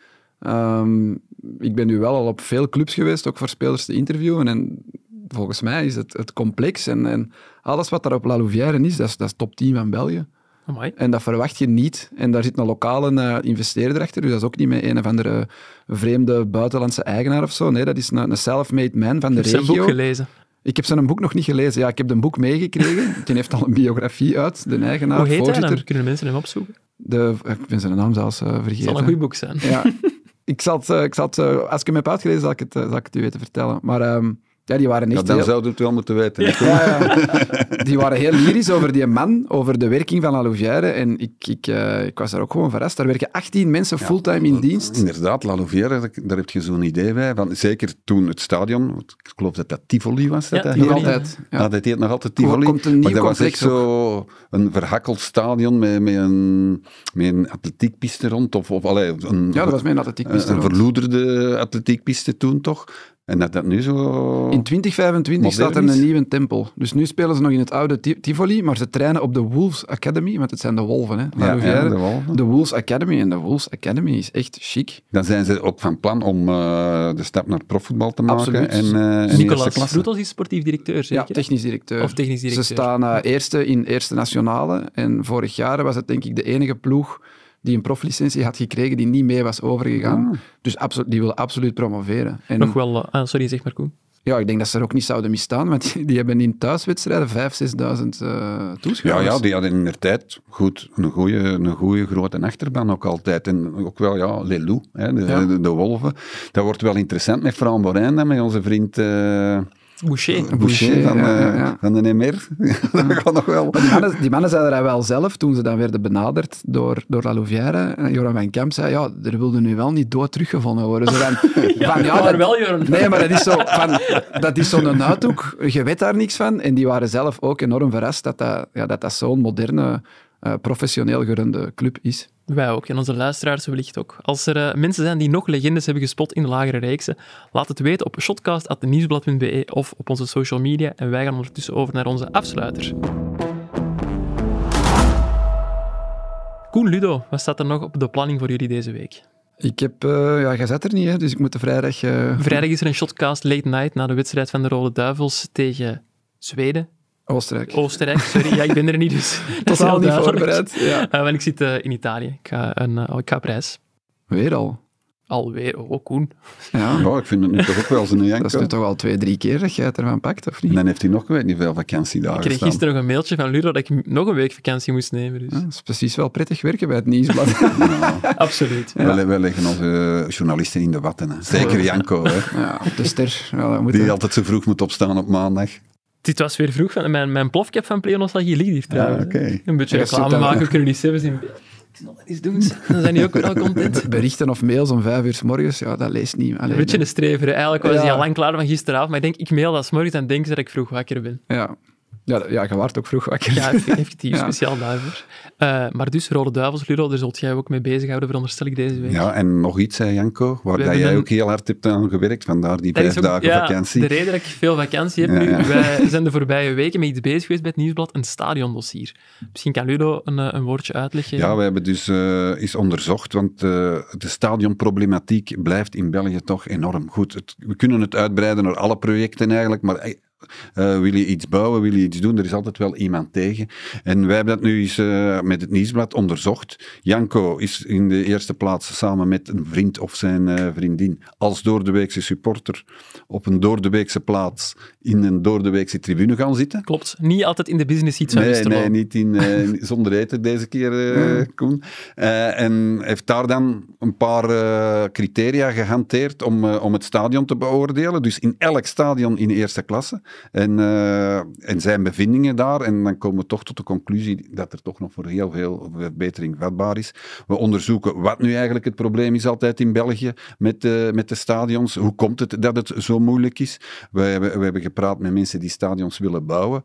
Ik ben nu wel al op veel clubs geweest, ook voor spelers te interviewen. En volgens mij is het complex en alles wat daar op La Louvière is, dat is top 10 van België. Amai. En dat verwacht je niet. En daar zit een lokale investeerder achter, dus dat is ook niet met een of andere vreemde buitenlandse eigenaar of zo. Nee, dat is een self-made man van de regio. Ik heb zijn boek gelezen. Ik heb zijn boek nog niet gelezen. Ja, ik heb een boek meegekregen. Die heeft al een biografie uit, de eigenaar, Hoe heet voorzitter. hij dan? Kunnen mensen hem opzoeken? Ik ben zijn naam zelfs vergeten. Het zal een goed boek zijn. Ja. Ik zal het, als ik hem heb uitgelezen, zal ik het u weten vertellen. Maar die waren echt... dan zouden we het wel moeten weten. Ja. Die waren heel lyrisch over die man, over de werking van La Louvière. En ik was daar ook gewoon verrast. Daar werken 18 mensen fulltime in dienst. Inderdaad, La Louvière, daar heb je zo'n idee bij. Van, zeker toen het stadion, ik geloof dat Tivoli was. Nog altijd. Ja, dat heet nog altijd Tivoli. Komt een nieuw maar dat was echt complex zo een verhakkeld stadion met een atletiekpiste rond. Dat was met een atletiekpiste een verloederde atletiekpiste toen toch. En dat nu zo... In 2025 staat er een nieuwe tempel. Dus nu spelen ze nog in het oude Tivoli, maar ze trainen op de Wolves Academy, want het zijn de wolven, hè? De wolven. De Wolves Academy. En de Wolves Academy is echt chic. Dan zijn ze ook van plan om de stap naar profvoetbal te maken. Absoluut. En Nicolas Vroetels is sportief directeur, zeker? Ja, technisch directeur. Of technisch directeur. Ze staan eerste in Eerste Nationale. En vorig jaar was het denk ik de enige ploeg die een proflicentie had gekregen, die niet mee was overgegaan. Dus die willen absoluut promoveren. En nog wel... sorry, zeg maar Koen. Ja, ik denk dat ze er ook niet zouden misstaan, want die hebben in thuiswedstrijden 5.000-6.000 toeschouwers. Ja, die hadden in de tijd een goede grote achterban ook altijd. En ook wel, Lelou, de wolven. Dat wordt wel interessant met Fran Borin, met onze vriend... Boucher van de MR. Dat gaat nog wel. Die mannen zeiden dat wel zelf, toen ze dan werden benaderd door La Louvière. En Joram van Kamp zei, er wilde nu wel niet dood teruggevonden worden. Nee, maar dat is zo'n uithoek. Je weet daar niks van. En die waren zelf ook enorm verrast dat zo'n moderne, professioneel gerunde club is. Wij ook, en onze luisteraars wellicht ook. Als er mensen zijn die nog legendes hebben gespot in de lagere reeksen, laat het weten op shotcast@denieuwsblad.be of op onze social media. En wij gaan ondertussen over naar onze afsluiter. Koen, Ludo, wat staat er nog op de planning voor jullie deze week? Ik heb... jij zat er niet, hè, dus ik moet de vrijdag... Vrijdag is er een Shotcast Late Night na de wedstrijd van de Rode Duivels tegen Zweden. Oostenrijk, sorry. Ja, ik ben er niet, dus... Totaal niet voorbereid. Ja. Want ik zit in Italië. Ik ga op reis. Weer al? Alweer? Oh, Koen. Ja, ik vind het nu toch ook wel zo'n Janko. Dat is nu toch al 2-3 keer dat jij het ervan pakt, of niet? En dan heeft hij nog, weet niet veel vakantiedagen. Ik kreeg gisteren nog een mailtje van Ludo dat ik nog een week vakantie moest nemen. Dus. Ja, dat is precies wel prettig werken bij het Nieuwsblad. Absoluut. Ja. Wij leggen onze journalisten in de watten. Hè. Zeker Janko. Hè. Ja, op de ster. Die altijd zo vroeg moet opstaan op maandag. Dit was weer vroeg. Mijn plofcap van Pleonostalgie ligt hier trouwens. Okay. Een beetje reclame maken, kunnen die sevens in beeld. Nog eens doen, dan zijn die ook weer al content. Berichten of mails om 5 uur 's morgens, dat leest niet. Een beetje een strever. Eigenlijk was hij al lang klaar van gisteravond, maar ik denk, ik mail dat 's morgens en denk ze dat ik vroeg wakker ben. Ja. Ja, je waart ook vroeg wakker. Ja, effectief, speciaal daarvoor. Maar dus, Rode Duivels, Ludo, daar zult jij ook mee bezighouden, veronderstel ik deze week. Ja, en nog iets, Janko, waar dat jij ook heel hard hebt aan gewerkt, vandaar die 5 dagen vakantie. De reden dat ik veel vakantie heb nu, wij zijn de voorbije weken met iets bezig geweest bij het Nieuwsblad, een stadiondossier. Misschien kan Ludo een woordje uitleggen. Ja, we hebben dus eens onderzocht, want de stadionproblematiek blijft in België toch enorm goed. We kunnen het uitbreiden naar alle projecten eigenlijk, maar wil je iets bouwen, wil je iets doen, er is altijd wel iemand tegen. En wij hebben dat nu eens met het Nieuwsblad onderzocht. Janko is in de eerste plaats samen met een vriend of zijn vriendin als doordeweekse supporter op een doordeweekse plaats in een doordeweekse tribune gaan zitten. Klopt, niet altijd in de business seats van Westerlo. Nee, niet zonder eten deze keer, Koen. En heeft daar dan een paar criteria gehanteerd om het stadion te beoordelen. Dus in elk stadion in eerste klasse. En zijn bevindingen daar. En dan komen we toch tot de conclusie dat er toch nog voor heel veel verbetering vatbaar is. We onderzoeken wat nu eigenlijk het probleem is altijd in België met de stadions. Hoe komt het dat het zo moeilijk is? We hebben gepraat met mensen die stadions willen bouwen.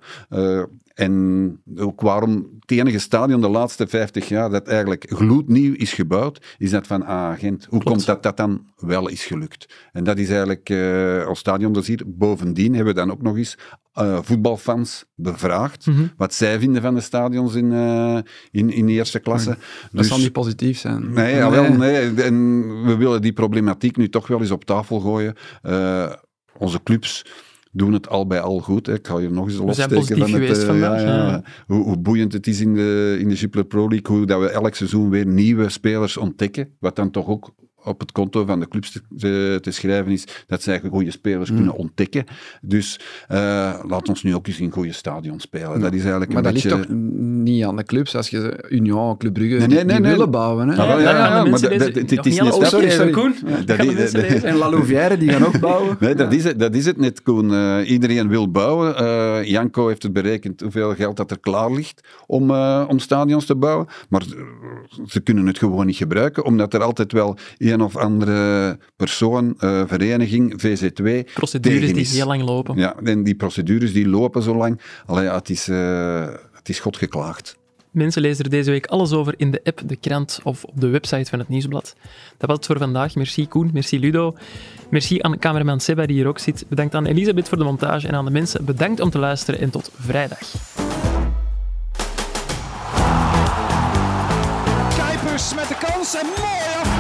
En ook waarom het enige stadion de laatste 50 jaar dat eigenlijk gloednieuw is gebouwd, is dat van Gent. Hoe komt dat dan wel is gelukt? En dat is eigenlijk als stadiondossier. Bovendien hebben we dan ook nog eens voetbalfans bevraagd wat zij vinden van de stadions in eerste klasse. Dat zal niet positief zijn. Nee. En we willen die problematiek nu toch wel eens op tafel gooien. Onze clubs doen het al bij al goed. Hè. Ik ga hier nog eens lossteken van het vandaag. Hoe boeiend het is in de Jupiler Pro League, hoe dat we elk seizoen weer nieuwe spelers ontdekken, wat dan toch ook op het konto van de clubs te schrijven is, dat zij goede spelers kunnen ontdekken. Dus laat ons nu ook eens in goede stadions spelen. Dat is eigenlijk maar een dat beetje... ligt toch niet aan de clubs, als je Union, Club Brugge, die willen bouwen. Hè? Maar het is net... Sorry, Koen. En La Louvière, die gaan ook bouwen. Nee, dat is het net, Koen. Iedereen wil bouwen. Janko heeft het berekend hoeveel geld dat er klaar ligt om stadions te bouwen. Maar ze kunnen het gewoon niet gebruiken, omdat er altijd wel een of andere persoon, vereniging, VZ2... Procedures die heel lang lopen. Ja, en die procedures die lopen zo lang. Allee, het is God geklaagd. Mensen lezen er deze week alles over in de app, de krant of op de website van het Nieuwsblad. Dat was het voor vandaag. Merci Koen, merci Ludo. Merci aan cameraman Seba die hier ook zit. Bedankt aan Elisabeth voor de montage en aan de mensen bedankt om te luisteren en tot vrijdag. Kuipers met de kans en mooi af.